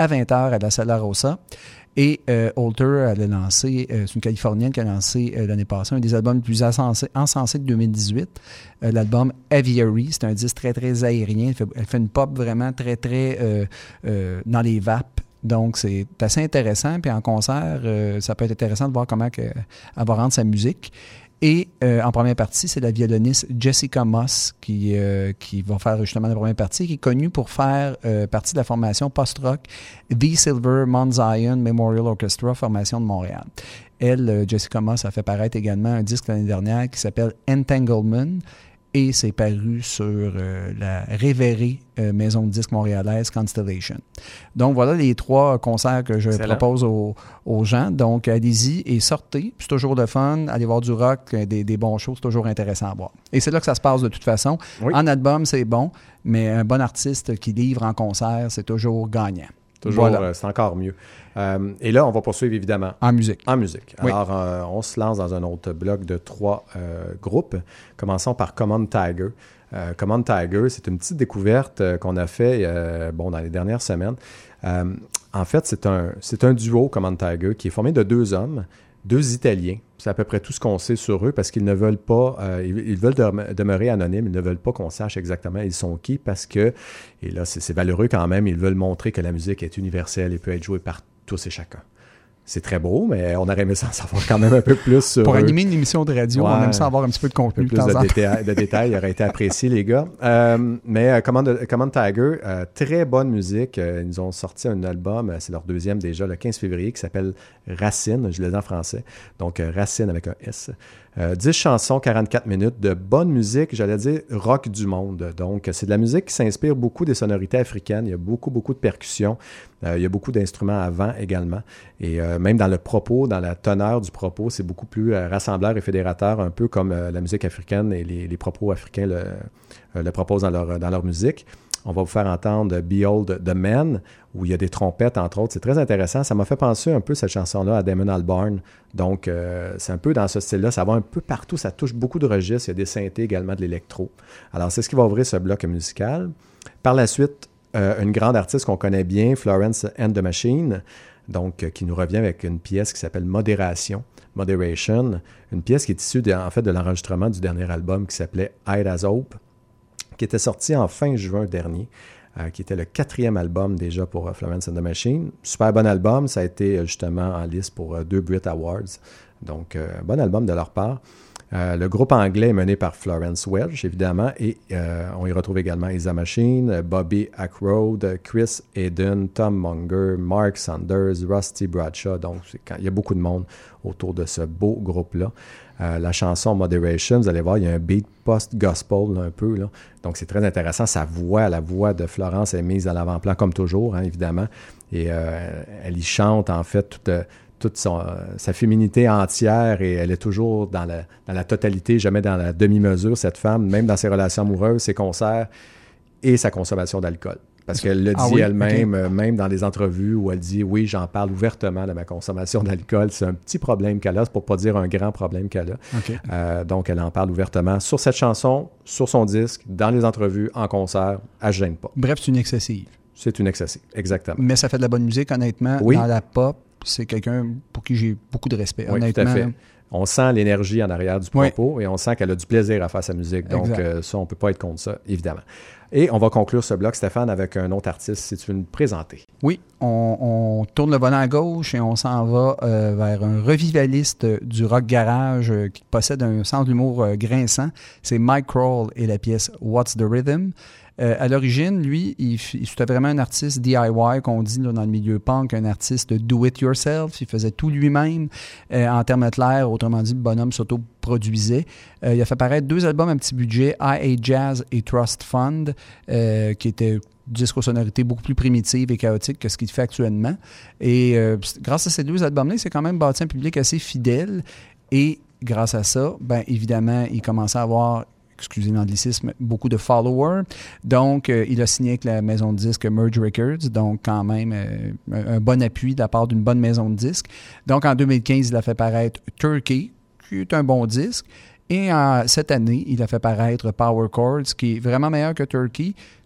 à vingt heures à la Sala Rosa. Et euh, Alter, elle a lancé, euh, c'est une Californienne qui a lancé euh, l'année passée un des albums les plus encensés, encensés de deux mille dix-huit, euh, l'album Aviary. C'est un disque très, très aérien. Elle fait, elle fait une pop vraiment très, très euh, euh, dans les vapes. Donc, c'est assez intéressant. Puis en concert, euh, ça peut être intéressant de voir comment que, elle va rendre sa musique. Et euh, en première partie, c'est la violoniste Jessica Moss qui, euh, qui va faire justement la première partie, qui est connue pour faire euh, partie de la formation post-rock The Silver Mount Zion Memorial Orchestra, formation de Montréal. Elle, euh, Jessica Moss, a fait paraître également un disque l'année dernière qui s'appelle Entanglement, et c'est paru sur euh, la révérée euh, maison de disques montréalaise Constellation. Donc, voilà les trois concerts que je Excellent. propose aux, aux gens. Donc, allez-y et sortez. C'est toujours le fun. Allez voir du rock, des, des bons shows, c'est toujours intéressant à voir. Et c'est là que ça se passe de toute façon. Oui. En album, c'est bon, mais un bon artiste qui livre en concert, c'est toujours gagnant. Toujours, Voilà. euh, c'est encore mieux. Euh, et là, on va poursuivre évidemment. En musique. En musique. Oui. Alors, euh, on se lance dans un autre bloc de trois euh, groupes. Commençons par Common Tiger. Euh, Common Tiger, c'est une petite découverte euh, qu'on a fait euh, bon, dans les dernières semaines. Euh, en fait, c'est un, c'est un duo, Common Tiger, qui est formé de deux hommes, deux Italiens. C'est à peu près tout ce qu'on sait sur eux parce qu'ils ne veulent pas, euh, ils, ils veulent de, demeurer anonymes, ils ne veulent pas qu'on sache exactement ils sont qui parce que, et là c'est, c'est valeureux quand même, ils veulent montrer que la musique est universelle et peut être jouée par tous et chacun. C'est très beau, mais on aurait aimé ça en savoir quand même un peu plus sur Pour eux. animer une émission de radio, Ouais. on aime ça avoir un petit peu de contenu. Un peu de plus temps de, en temps. déta- de détails aurait été apprécié, les gars. Euh, mais euh, Command, Command Tiger, euh, très bonne musique. Euh, ils nous ont sorti un album, euh, c'est leur deuxième déjà, le quinze février, qui s'appelle Racine. Je l'ai dit en français. Donc, euh, Racine avec un S. Euh, dix chansons, quarante-quatre minutes de bonne musique, j'allais dire rock du monde. Donc, c'est de la musique qui s'inspire beaucoup des sonorités africaines. Il y a beaucoup, beaucoup de percussions. Euh, il y a beaucoup d'instruments à vent également. Et euh, même dans le propos, dans la teneur du propos, c'est beaucoup plus euh, rassembleur et fédérateur, un peu comme euh, la musique africaine et les, les propos africains le, euh, le proposent dans leur, dans leur musique. On va vous faire entendre Behold the Man, où il y a des trompettes, entre autres. C'est très intéressant. Ça m'a fait penser un peu, cette chanson-là, à Damon Albarn. Donc, euh, c'est un peu dans ce style-là. Ça va un peu partout. Ça touche beaucoup de registres. Il y a des synthés également, de l'électro. Alors, c'est ce qui va ouvrir ce bloc musical. Par la suite, euh, une grande artiste qu'on connaît bien, Florence and the Machine, donc, euh, qui nous revient avec une pièce qui s'appelle Modération. Moderation. Une pièce qui est issue, de, en fait, de l'enregistrement du dernier album qui s'appelait Hide as Hope, qui était sorti en fin juin dernier, euh, qui était le quatrième album déjà pour uh, Florence and the Machine. Super bon album, ça a été euh, justement en liste pour uh, deux Brit Awards. Donc, euh, bon album de leur part. Euh, le groupe anglais est mené par Florence Welch, évidemment, et euh, on y retrouve également Isa Machine, Bobby Ackroyd, Chris Eden, Tom Munger, Mark Sanders, Rusty Bradshaw. Donc, c'est quand, il y a beaucoup de monde autour de ce beau groupe-là. Euh, la chanson Moderation, vous allez voir, il y a un beat post-gospel là, un peu. Là. Donc, c'est très intéressant. Sa voix, la voix de Florence est mise à l'avant-plan, comme toujours, hein, évidemment. Et euh, elle y chante, en fait, toute... toute son, euh, sa féminité entière et elle est toujours dans la, dans la totalité, jamais dans la demi-mesure, cette femme, même dans ses relations amoureuses, ses concerts et sa consommation d'alcool. Parce qu'elle le dit ah oui? elle-même, Okay. euh, même dans les entrevues où elle dit « Oui, j'en parle ouvertement de ma consommation d'alcool. » C'est un petit problème qu'elle a, c'est pour pas dire un grand problème qu'elle a. Okay. Euh, donc, elle en parle ouvertement sur cette chanson, sur son disque, dans les entrevues, en concert, elle ne gêne pas. Bref, c'est une excessive. C'est une excessive, exactement. Mais ça fait de la bonne musique, honnêtement. Oui. Dans la pop, c'est quelqu'un pour qui j'ai beaucoup de respect, Oui, honnêtement. tout à fait. On sent l'énergie en arrière du propos oui. et on sent qu'elle a du plaisir à faire sa musique. Donc, euh, ça, on ne peut pas être contre ça, évidemment. Et on va conclure ce bloc, Stéphane, avec un autre artiste, si tu veux nous présenter. Oui, on, on tourne le volant à gauche et on s'en va euh, vers un revivaliste du rock garage euh, qui possède un sens d'humour euh, grinçant. C'est Mike Kroll et la pièce What's the Rhythm? Euh, à l'origine, lui, il, il, c'était vraiment un artiste D I Y, qu'on dit là, dans le milieu punk, un artiste do-it-yourself. Il faisait tout lui-même. Euh, en termes clairs, autrement dit, le bonhomme s'auto-produisait. Euh, il a fait paraître deux albums à petit budget, I A Jazz et Trust Fund, euh, qui étaient disques aux sonorités beaucoup plus primitives et chaotiques que ce qu'il fait actuellement. Et euh, grâce à ces deux albums-là, il s'est quand même bâti un public assez fidèle. Et grâce à ça, bien évidemment, il commençait à avoir... excusez l'anglicisme, beaucoup de followers. Donc, euh, il a signé avec la maison de disques Merge Records, donc quand même euh, un, un bon appui de la part d'une bonne maison de disques. Donc, en deux mille quinze, il a fait paraître Turkey, qui est un bon disque. Et en, cette année, il a fait paraître Power Chords, qui est vraiment meilleur que Turkey.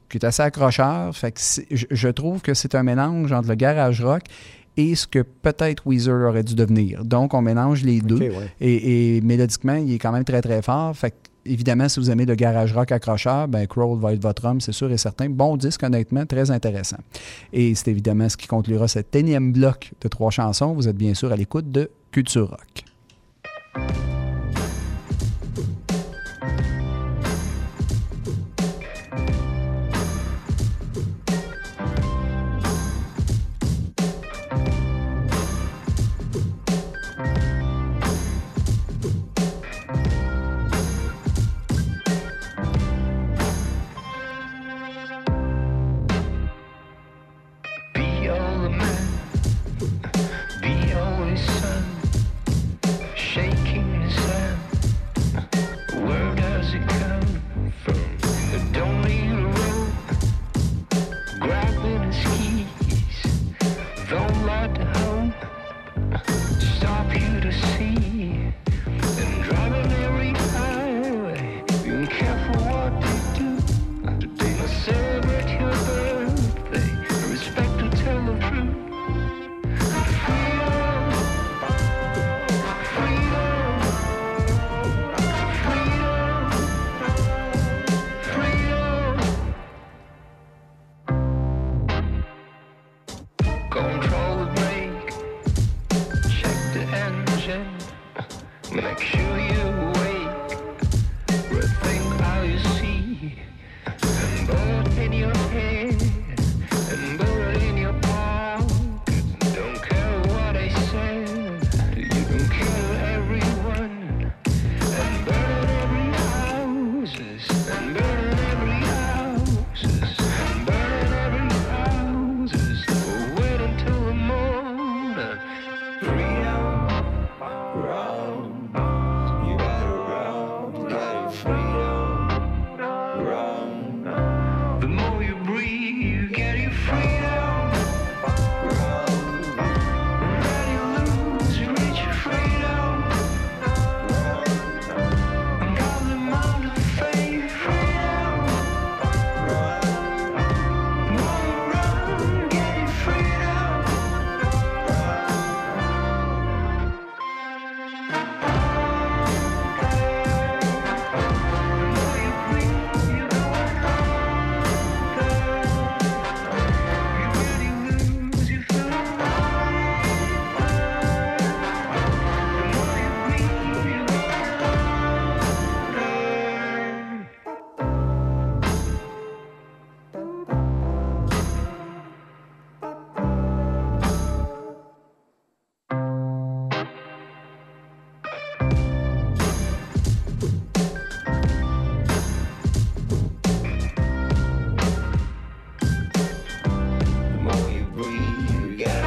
qui est assez accrocheur. Fait que c'est- je, je trouve que c'est un mélange entre le garage rock et ce que peut-être Weezer aurait dû devenir. Donc, on mélange les deux. Ok, ouais. Et, et mélodiquement, il est quand même très, très fort. Fait que, évidemment, si vous aimez le garage rock accrocheur, ben Crawl va être votre homme, c'est sûr et certain. Bon disque, honnêtement, très intéressant. Et c'est évidemment ce qui conclura cet énième bloc de trois chansons. Vous êtes bien sûr à l'écoute de Culture Rock. Be all the man, be all his son, shaking his hand. Where does it come from? Don't leave the road, grabbing his keys. Don't let the hope stop you to see. And driving every highway, being careful what they do. They must celebrate your birthday, respect to tell the truth. Freedom, freedom, freedom, freedom. Control the brake, check the engine, make sure you're awake, rethink how you see, and bullet in your head, and bullet in your pocket. Don't care what I said, you can kill everyone, and burn every houses, and burn every houses, and burn every houses. Wait until the morning. Freedom, run, you better run, get freedom, run. The more you breathe, you get your freedom, run. And then you lose, you reach your freedom, run. And on the mount of faith, freedom, run. The more you run, get your freedom, the more you breathe, you get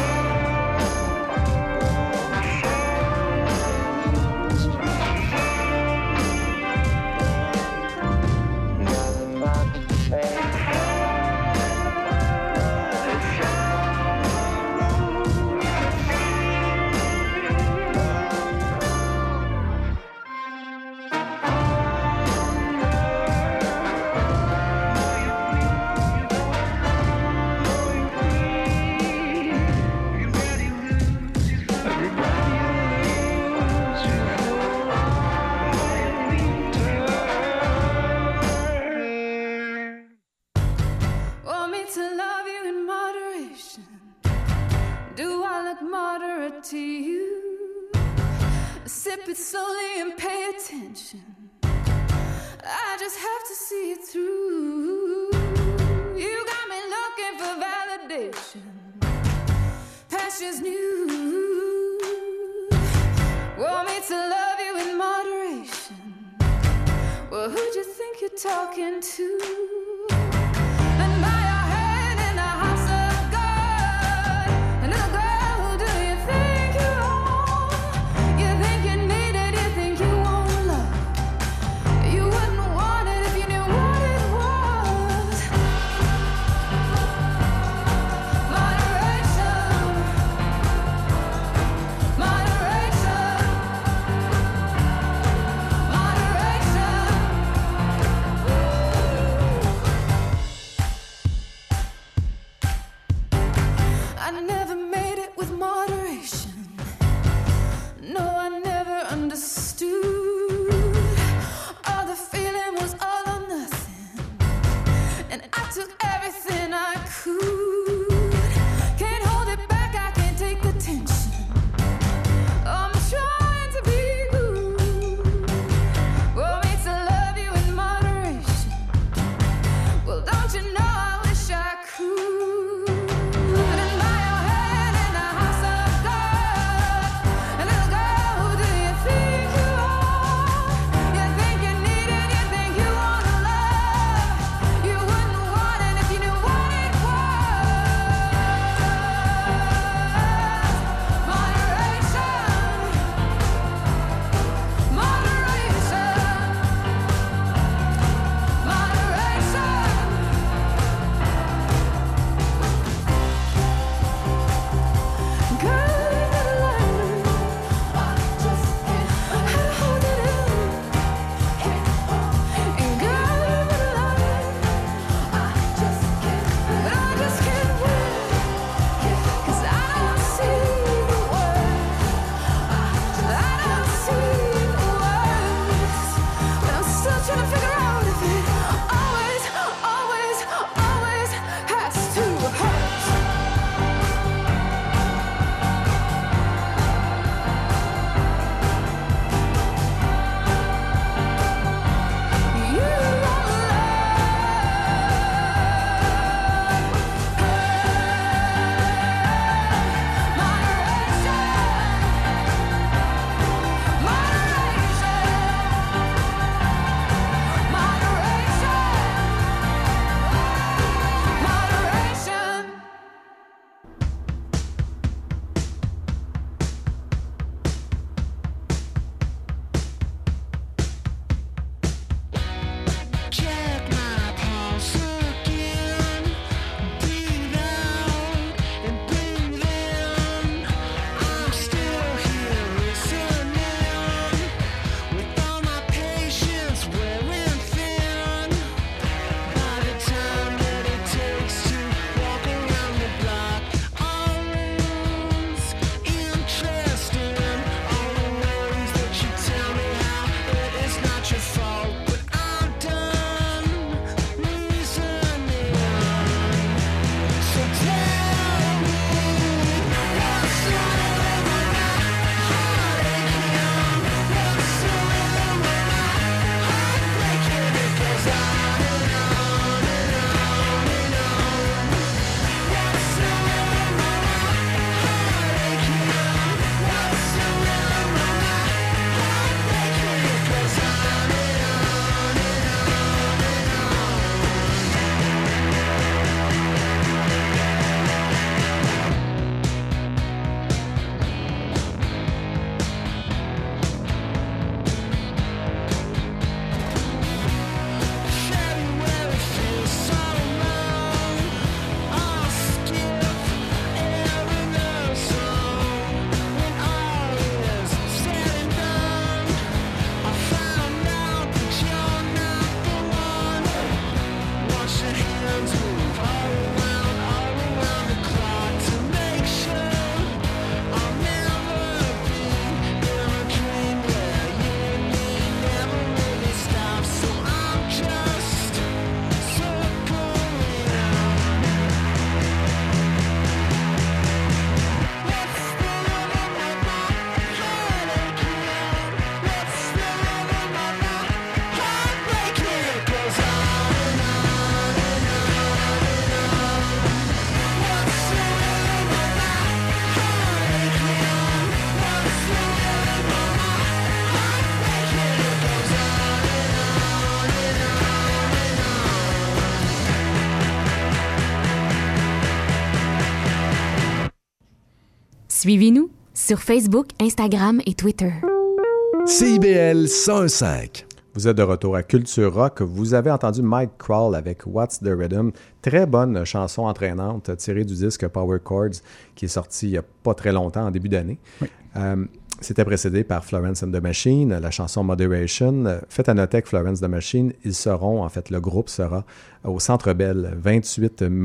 Want me to love you in moderation? Do I look moderate to you? Sip it slowly and pay attention. I just have to see it through. You got me looking for validation. Passion's new. Want me to love you in moderation? Well, who'd you think you're talking to? And by your hand in the house of God. And little girl, who do you think you are? You think you need it, you think you want love. You wouldn't want it if you knew what it was. Moderation, moderation, moderation. I never made it with moderation. No, I never understood. All the feeling was all or nothing, and I took everything I could. Can't hold it back, I can't take the tension. I'm trying to be good. What makes to love you in moderation? Well, don't you know I wish I could. And by your hand in the house of God, and little girl, who do you think you are? You think you need it, you think you want love. You wouldn't want it if you knew what it was. Moderation, moderation, moderation. Girl, you gotta learn. I just can't how to hold it in. And girl, you gotta learn. I just can't, but I just can't win. 'Cause I don't see the words. I don't see the words. But I'm still trying to figure out if it always, always, always has to hurt. You moderation. Check my pulse again. Breathe out and breathe in. I'm still here listening, with all my patience wearing thin. By the time that it takes to walk around the block, all rooms interesting. All the ways that you tell me how it is not your fault, but I'm done reasoning. So tell me what's wrong with my heart aching? What's wrong with my heart breaking? It goes on and on and on and on. What's wrong with my heart aching? What's wrong with my heart breaking? It goes on and on and on and on. February feels so long. I'll skip every love song. When all is said and done, I found out that you're not the one. Watch your hands move all around, all around the clock to make sure I'll never be in a dream where you and me never really stop. So I'm just circling around. What's wrong with my heart aching? What's wrong with my heart breaking? It goes on and on and on and on. What's wrong with my heart aching? What's wrong with my heart breaking? It goes on and on and on and on. Suivez-nous sur Facebook, Instagram et Twitter. C I B L cent un virgule cinq. Vous êtes de retour à Culture Rock. Vous avez entendu Mike Krall avec What's the Rhythm. Très bonne chanson entraînante tirée du disque Power Chords qui est sorti il n'y a pas très longtemps, en début d'année. Oui. Euh, C'était précédé par Florence and the Machine, la chanson Moderation. Faites à noter que Florence and the Machine, ils seront, en fait, le groupe sera au Centre Bell, vingt-huit mai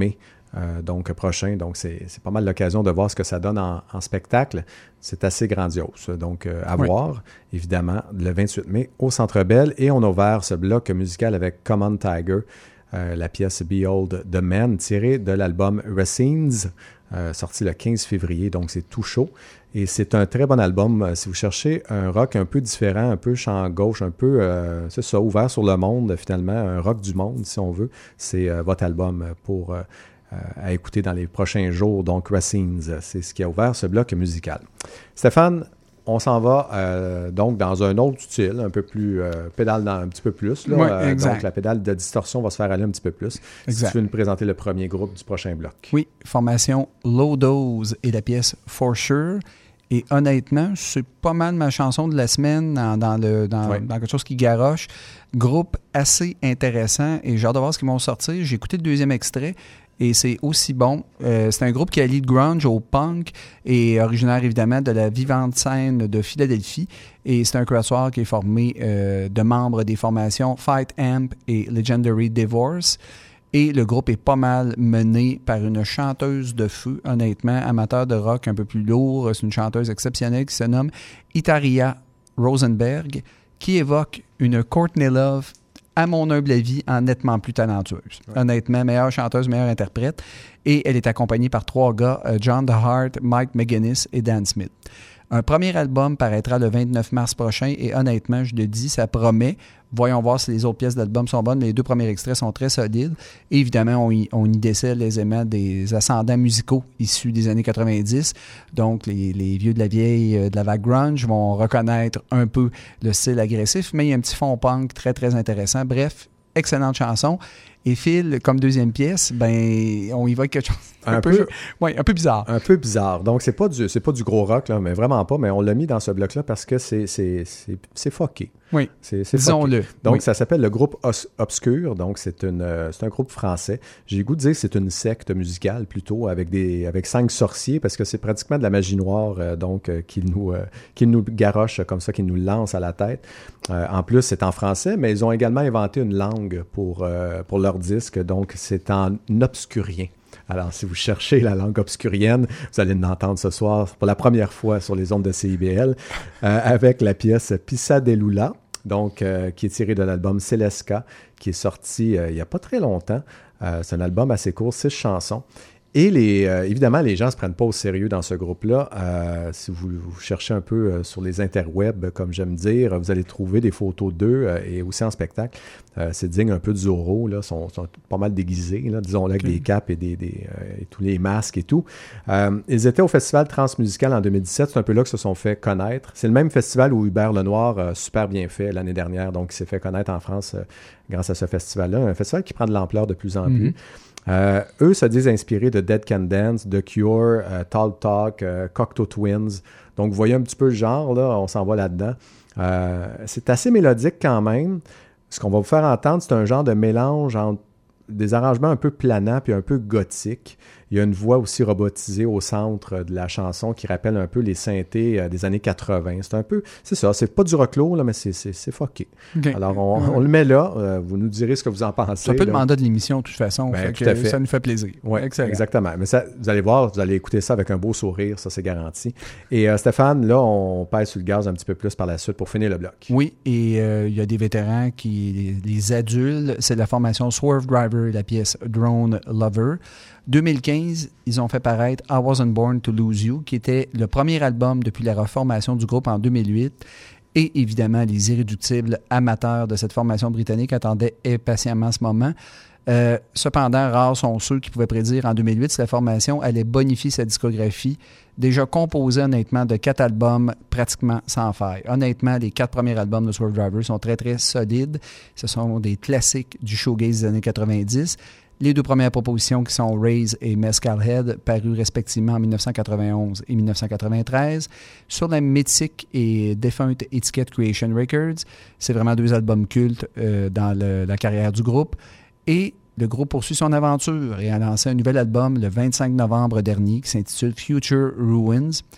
euh, donc prochain. Donc, c'est, c'est pas mal l'occasion de voir ce que ça donne en, en spectacle. C'est assez grandiose. Donc, euh, à oui. voir, évidemment, le vingt-huit mai au Centre Bell. Et on a ouvert ce bloc musical avec Common Tiger, euh, la pièce Behold the Man, tirée de l'album Racines, euh, sorti le quinze février. Donc, c'est tout chaud. Et c'est un très bon album. Euh, si vous cherchez un rock un peu différent, un peu chant gauche, un peu, euh, c'est ça, ouvert sur le monde, finalement, un rock du monde, si on veut, c'est euh, votre album pour... Euh, Euh, à écouter dans les prochains jours. Donc, Racines, c'est ce qui a ouvert ce bloc musical. Stéphane, on s'en va euh, donc dans un autre style, un peu plus euh, pédale dans un petit peu plus. Là. Oui, euh, exact. Donc, la pédale de distorsion va se faire aller un petit peu plus. Exact. Si tu veux nous présenter le premier groupe du prochain bloc. Oui, formation Low Dose et la pièce For Sure. Et honnêtement, c'est pas mal ma chanson de la semaine dans, dans, le, dans, oui. dans quelque chose qui garoche. Groupe assez intéressant et j'ai hâte de voir ce qu'ils vont sortir. J'ai écouté le deuxième extrait. Et c'est aussi bon. Euh, c'est un groupe qui allie le grunge au punk et originaire évidemment de la vivante scène de Philadelphie. Et c'est un quatuor qui est formé euh, de membres des formations Fight Amp et Legendary Divorce. Et le groupe est pas mal mené par une chanteuse de feu, honnêtement, amateur de rock un peu plus lourd. C'est une chanteuse exceptionnelle qui se nomme Itaria Rosenberg, qui évoque une Courtney Love à mon humble avis, en nettement plus talentueuse. Ouais. Honnêtement, meilleure chanteuse, meilleure interprète. Et elle est accompagnée par trois gars, euh, John DeHart, Mike McGuinness et Dan Smith. Un premier album paraîtra le vingt-neuf mars prochain et honnêtement, je le dis, ça promet. Voyons voir si les autres pièces d'album sont bonnes. Les deux premiers extraits sont très solides. Et évidemment, on y, on y décèle aisément des ascendants musicaux issus des années quatre-vingt-dix. Donc, les, les vieux de la vieille, euh, de la vague grunge vont reconnaître un peu le style agressif, mais il y a un petit fond punk très, très intéressant. Bref, excellente chanson. Et Phil, comme deuxième pièce, ben, on y va avec quelque chose un, un peu, peu ouais, un peu bizarre. Un peu bizarre. Donc, c'est pas du, c'est pas du gros rock, là, mais vraiment pas. Mais on l'a mis dans ce bloc-là parce que c'est, c'est, c'est, c'est fucké. Oui, c'est, c'est disons-le. Donc, oui. ça s'appelle le groupe Os- Obscur. Donc, c'est, une, euh, c'est un groupe français. J'ai le goût de dire que c'est une secte musicale plutôt avec, des, avec cinq sorciers parce que c'est pratiquement de la magie noire euh, donc, euh, qui, nous, euh, qui nous garoche comme ça, qui nous lance à la tête. Euh, en plus, c'est en français, mais ils ont également inventé une langue pour, euh, pour leur disque. Donc, c'est en obscurien. Alors, si vous cherchez la langue obscurienne, vous allez l'entendre ce soir pour la première fois sur les ondes de C I B L euh, avec la pièce Pissa de Lula, donc, euh, qui est tirée de l'album Celesca, qui est sorti euh, il n'y a pas très longtemps. Euh, c'est un album assez court, six chansons. Et les, euh, évidemment, les gens ne se prennent pas au sérieux dans ce groupe-là. Euh, si vous, vous cherchez un peu euh, sur les interwebs, comme j'aime dire, vous allez trouver des photos d'eux euh, et aussi en spectacle. Euh, c'est digne un peu de Zorro, là, sont, sont pas mal déguisés, là, disons-le, avec okay. des capes et, des, des, euh, et tous les masques et tout. Euh, ils étaient au Festival Transmusical en deux mille dix-sept. C'est un peu là qu'ils se sont fait connaître. C'est le même festival où Hubert Lenoir a super bien fait l'année dernière, donc il s'est fait connaître en France euh, grâce à ce festival-là. Un festival qui prend de l'ampleur de plus en mm-hmm. plus. Euh, eux se disent inspirés de Dead Can Dance, The Cure, euh, Tall Talk, euh, Cocteau Twins. Donc, vous voyez un petit peu le genre, là, on s'en va là-dedans. Euh, c'est assez mélodique quand même. Ce qu'on va vous faire entendre, c'est un genre de mélange entre des arrangements un peu planants puis un peu gothiques. Il y a une voix aussi robotisée au centre de la chanson qui rappelle un peu les synthés des années quatre-vingts. C'est un peu, c'est ça, c'est pas du rock lourd, là, mais c'est, c'est, c'est fucké. Okay. Alors, on, on le met là. Euh, vous nous direz ce que vous en pensez. C'est un peu le mandat de l'émission, de toute façon. Ben, fait tout que à fait. Ça nous fait plaisir. Oui, exactement. Mais ça, vous allez voir, vous allez écouter ça avec un beau sourire, ça, c'est garanti. Et euh, Stéphane, là, on pèse sur le gaz un petit peu plus par la suite pour finir le bloc. Oui, et euh, il y a des vétérans qui les, les adultes. C'est la formation Swerve Driver et la pièce Drone Lover. deux mille quinze, ils ont fait paraître I Wasn't Born to Lose You, qui était le premier album depuis la reformation du groupe en deux mille huit. Et évidemment, les irréductibles amateurs de cette formation britannique attendaient impatiemment ce moment. Euh, cependant, rares sont ceux qui pouvaient prédire en deux mille huit si la formation allait bonifier sa discographie, déjà composée honnêtement de quatre albums pratiquement sans faille. Honnêtement, les quatre premiers albums de Swerve Driver sont très très solides. Ce sont des classiques du shoegaze des années quatre-vingt-dix. Les deux premières propositions qui sont Raise et Mescal Head, parues respectivement en dix-neuf cent quatre-vingt-onze et dix-neuf cent quatre-vingt-treize, sur la mythique et défunte étiquette Creation Records. C'est vraiment deux albums cultes euh, dans le, la carrière du groupe. Et le groupe poursuit son aventure et a lancé un nouvel album le vingt-cinq novembre dernier qui s'intitule Future Ruins.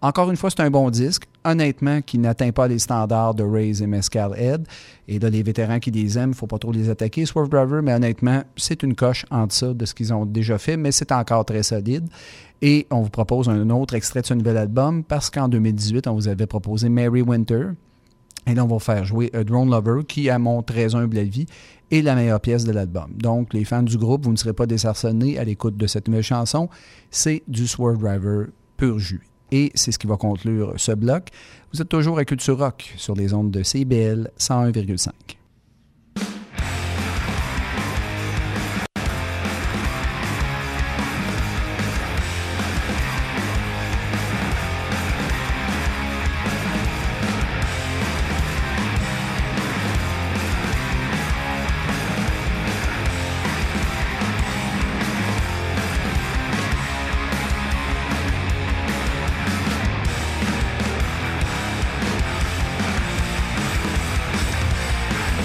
Encore une fois, c'est un bon disque, honnêtement, qui n'atteint pas les standards de Raze et Mescal Head. Et là, les vétérans qui les aiment, il ne faut pas trop les attaquer, Swerve Driver, mais honnêtement, c'est une coche en deçà de ce qu'ils ont déjà fait, mais c'est encore très solide. Et on vous propose un autre extrait de ce nouvel album, parce qu'en deux mille dix-huit, on vous avait proposé Merry Winter. Et là, on va faire jouer A Drone Lover, qui, à mon très humble avis, est la meilleure pièce de l'album. Donc, les fans du groupe, vous ne serez pas désarçonnés à l'écoute de cette nouvelle chanson. C'est du Swerve Driver pur jus. Et c'est ce qui va conclure ce bloc. Vous êtes toujours à Culture Rock sur les ondes de C I B L cent un virgule cinq. Thank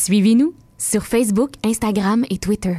Suivez-nous sur Facebook, Instagram et Twitter.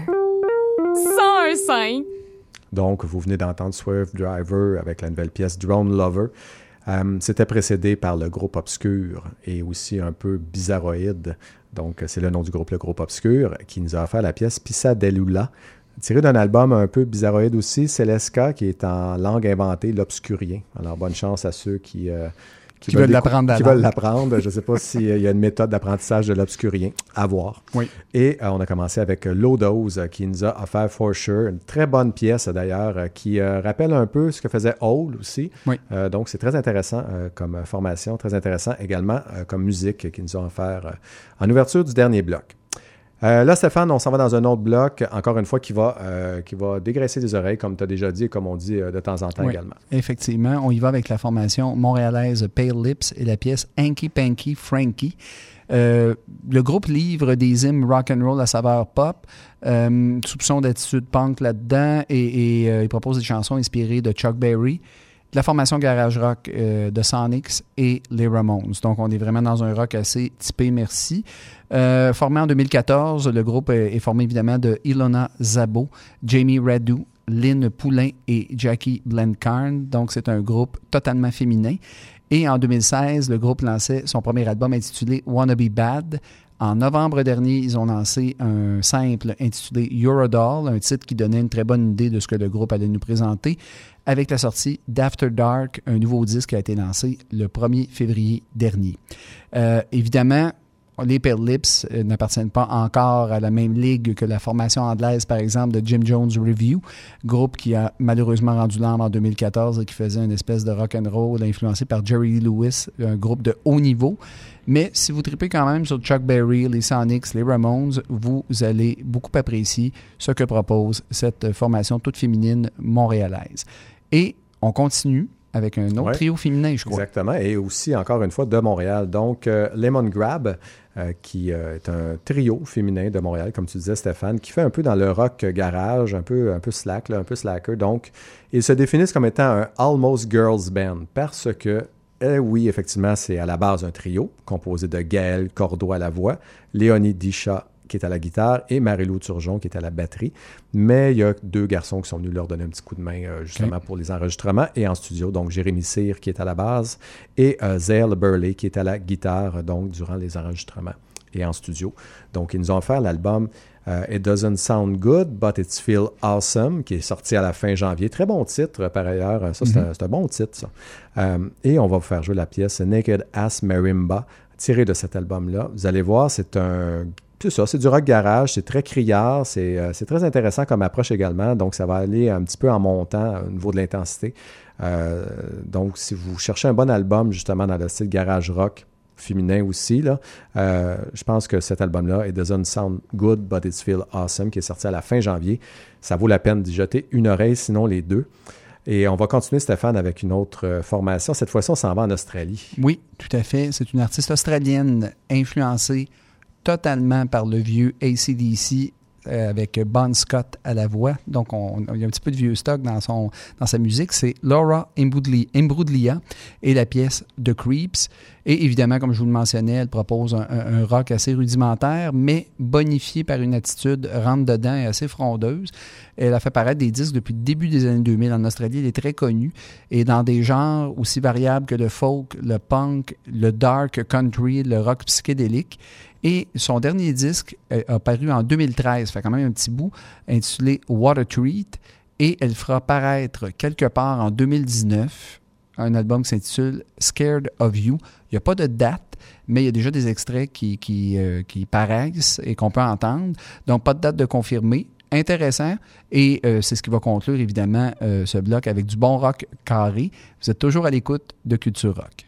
cent un cinq. Donc, vous venez d'entendre Swerve Driver avec la nouvelle pièce Drone Lover. Euh, c'était précédé par le groupe Obscur et aussi un peu bizarroïde. Donc, c'est le nom du groupe, le groupe Obscur, qui nous a offert la pièce Pissa Delula, tiré d'un album un peu bizarroïde aussi, Célesca, qui est en langue inventée, l'obscurien. Alors, bonne chance à ceux qui... Euh, Qui, qui veulent l'apprendre. Qui veulent l'apprendre. Je ne sais pas s'il y a une méthode d'apprentissage de l'obscurien. À voir. Oui. Et euh, on a commencé avec Low Dose, euh, qui nous a offert For Sure. Une très bonne pièce, d'ailleurs, euh, qui euh, rappelle un peu ce que faisait Hole aussi. Oui. Euh, donc, c'est très intéressant euh, comme formation, très intéressant également euh, comme musique qui nous a offert euh, en ouverture du dernier bloc. Euh, là, Stéphane, on s'en va dans un autre bloc, encore une fois, qui va, euh, qui va dégraisser des oreilles, comme tu as déjà dit et comme on dit euh, de temps en temps oui, également. Effectivement, on y va avec la formation montréalaise Pale Lips et la pièce Hanky Panky Frankie. Euh, le groupe livre des hymnes rock and roll à saveur pop, euh, soupçon d'attitude punk là-dedans, et, et euh, il propose des chansons inspirées de Chuck Berry, de la formation garage rock euh, de Sonics et les Ramones. Donc, on est vraiment dans un rock assez typé merci. Euh, formé en deux mille quatorze, le groupe est, est formé évidemment de Ilona Szabo, Jamie Radu, Lynn Poulain et Jackie Blancarn. Donc, c'est un groupe totalement féminin. Et en deux mille seize, le groupe lançait son premier album intitulé Wanna Be Bad. En novembre dernier, ils ont lancé un simple intitulé You're a Doll, un titre qui donnait une très bonne idée de ce que le groupe allait nous présenter, avec la sortie d'After Dark, un nouveau disque qui a été lancé le premier février dernier. Euh, évidemment, les Pale Lips euh, n'appartiennent pas encore à la même ligue que la formation anglaise, par exemple, de Jim Jones Review, groupe qui a malheureusement rendu l'âme en deux mille quatorze et qui faisait une espèce de rock and roll influencé par Jerry Lee Lewis, un groupe de haut niveau. Mais si vous tripez quand même sur Chuck Berry, les Sonics, les Ramones, vous allez beaucoup apprécier ce que propose cette formation toute féminine montréalaise. Et on continue avec un autre ouais, trio féminin, je crois. Exactement, et aussi, encore une fois, de Montréal. Donc, euh, Lemon Grab, euh, qui euh, est un trio féminin de Montréal, comme tu disais, Stéphane, qui fait un peu dans le rock garage, un peu, un peu slack, là, un peu slacker. Donc, ils se définissent comme étant un almost girls band, parce que, eh oui, effectivement, c'est à la base un trio, composé de Gaël Cordo à la voix, Léonie Disha qui est à la guitare, et Marie-Lou Turgeon, qui est à la batterie. Mais il y a deux garçons qui sont venus leur donner un petit coup de main, euh, justement, okay. pour les enregistrements et en studio. Donc, Jérémy Cyr, qui est à la base, et euh, Zale Burley, qui est à la guitare, donc, durant les enregistrements et en studio. Donc, ils nous ont offert l'album euh, It Doesn't Sound Good, But It Feels Awesome, qui est sorti à la fin janvier. Très bon titre, par ailleurs. Ça, c'est, mm-hmm. un, c'est un bon titre, ça. Euh, et on va vous faire jouer la pièce Naked Ass Marimba, tirée de cet album-là. Vous allez voir, c'est un... C'est ça, c'est du rock garage, c'est très criard, c'est, euh, c'est très intéressant comme approche également, donc ça va aller un petit peu en montant au niveau de l'intensité. Euh, donc, si vous cherchez un bon album, justement, dans le style garage rock féminin aussi, là, euh, je pense que cet album-là, It Doesn't Sound Good, But It Feels Awesome, qui est sorti à la fin janvier, ça vaut la peine d'y jeter une oreille, sinon les deux. Et on va continuer, Stéphane, avec une autre formation. Cette fois-ci, on s'en va en Australie. Oui, tout à fait. C'est une artiste australienne influencée totalement par le vieux A C D C euh, avec Bon Scott à la voix. Donc, on, il y a un petit peu de vieux stock dans, son, dans sa musique. C'est Laura Imbruglia et la pièce The Creeps. Et évidemment, comme je vous le mentionnais, elle propose un, un, un rock assez rudimentaire, mais bonifié par une attitude rentre-dedans et assez frondeuse. Elle a fait paraître des disques depuis le début des années deux mille en Australie. Elle est très connue. Et dans des genres aussi variables que le folk, le punk, le dark country, le rock psychédélique. Et son dernier disque euh, a paru en deux mille treize, fait quand même un petit bout, intitulé Water Treat. Et elle fera paraître quelque part en deux mille dix-neuf un album qui s'intitule Scared of You. Il n'y a pas de date, mais il y a déjà des extraits qui, qui, euh, qui paraissent et qu'on peut entendre. Donc, pas de date de confirmer. Intéressant. Et euh, c'est ce qui va conclure, évidemment, euh, ce bloc avec du bon rock carré. Vous êtes toujours à l'écoute de Culture Rock.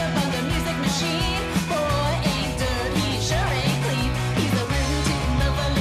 Machine, boy, ain't dirty, sure ain't clean. He's a rootin', tootin', lover,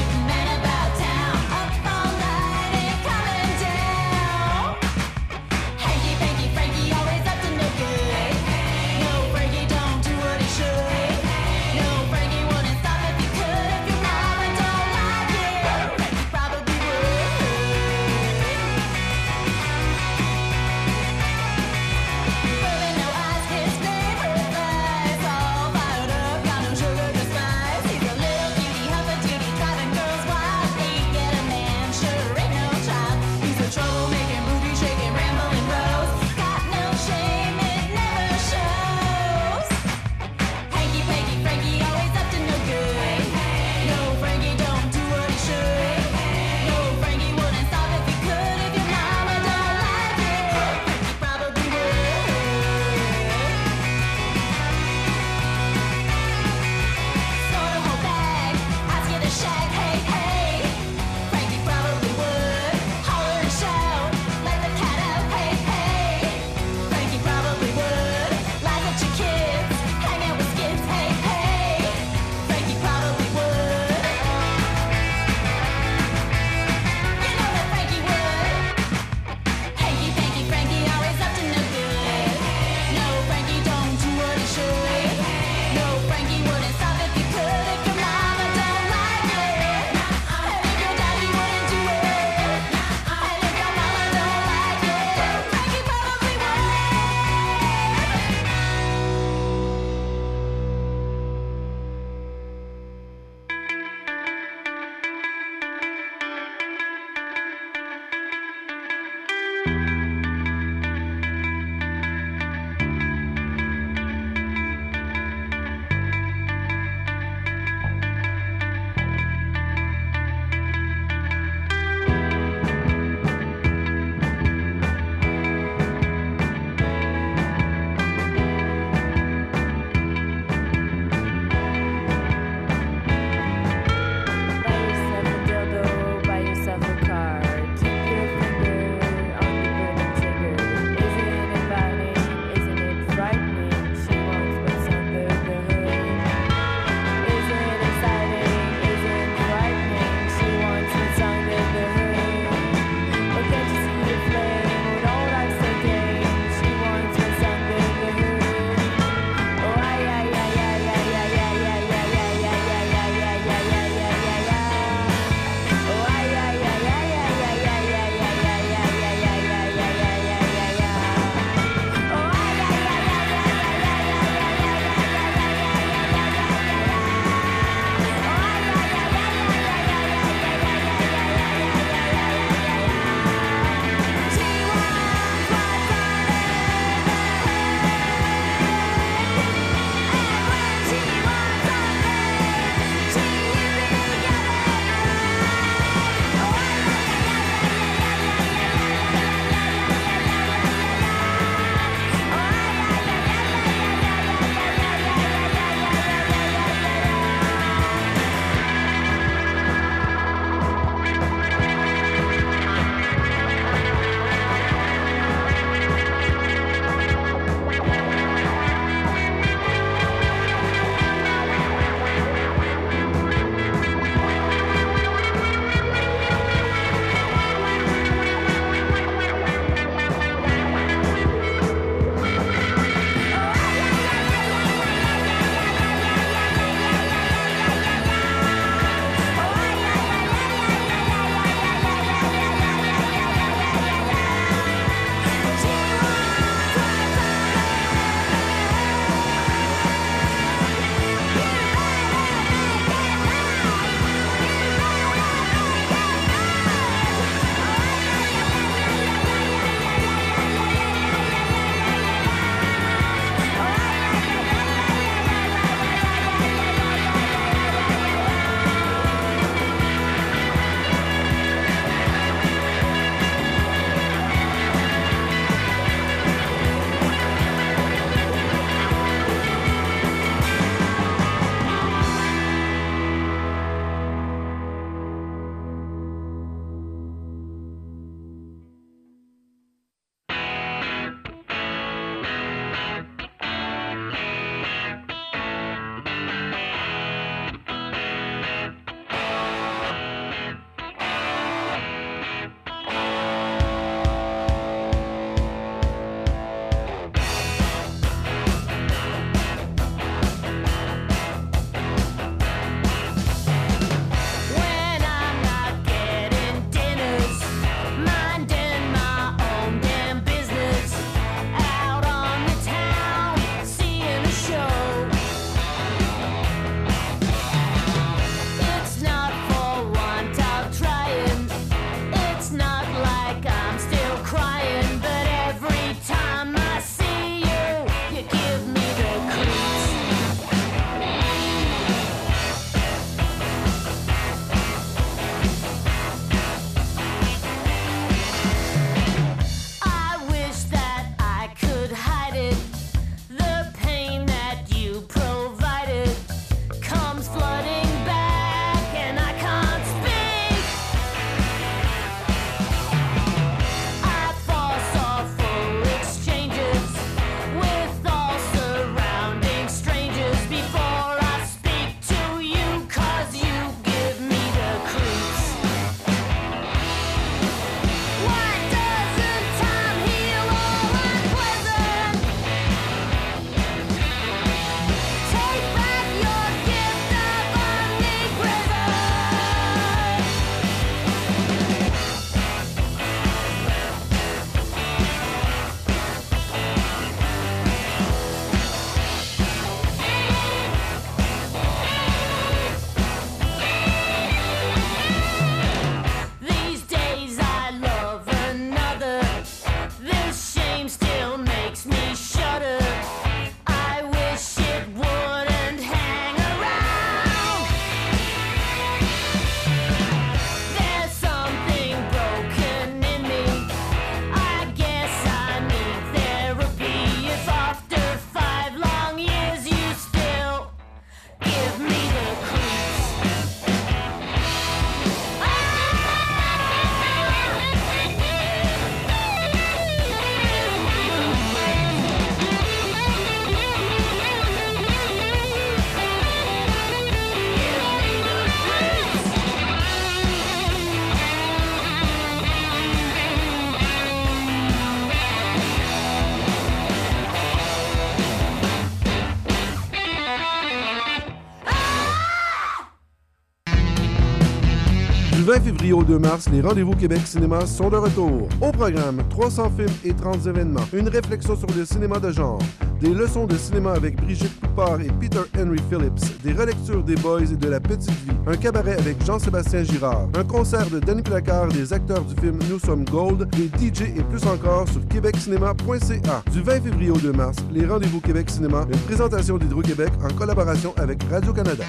vingt février au deux mars, les Rendez-vous Québec Cinéma sont de retour. Au programme, trois cents films et trente événements, une réflexion sur le cinéma de genre, des leçons de cinéma avec Brigitte Coupard et Peter Henry Phillips, des relectures des Boys et de La Petite Vie, un cabaret avec Jean-Sébastien Girard, un concert de Danny Placard, des acteurs du film Nous sommes Gold, des D J et plus encore sur québec cinéma point c a. Du vingt février au deux mars, les Rendez-vous Québec Cinéma, une présentation d'Hydro-Québec en collaboration avec Radio-Canada.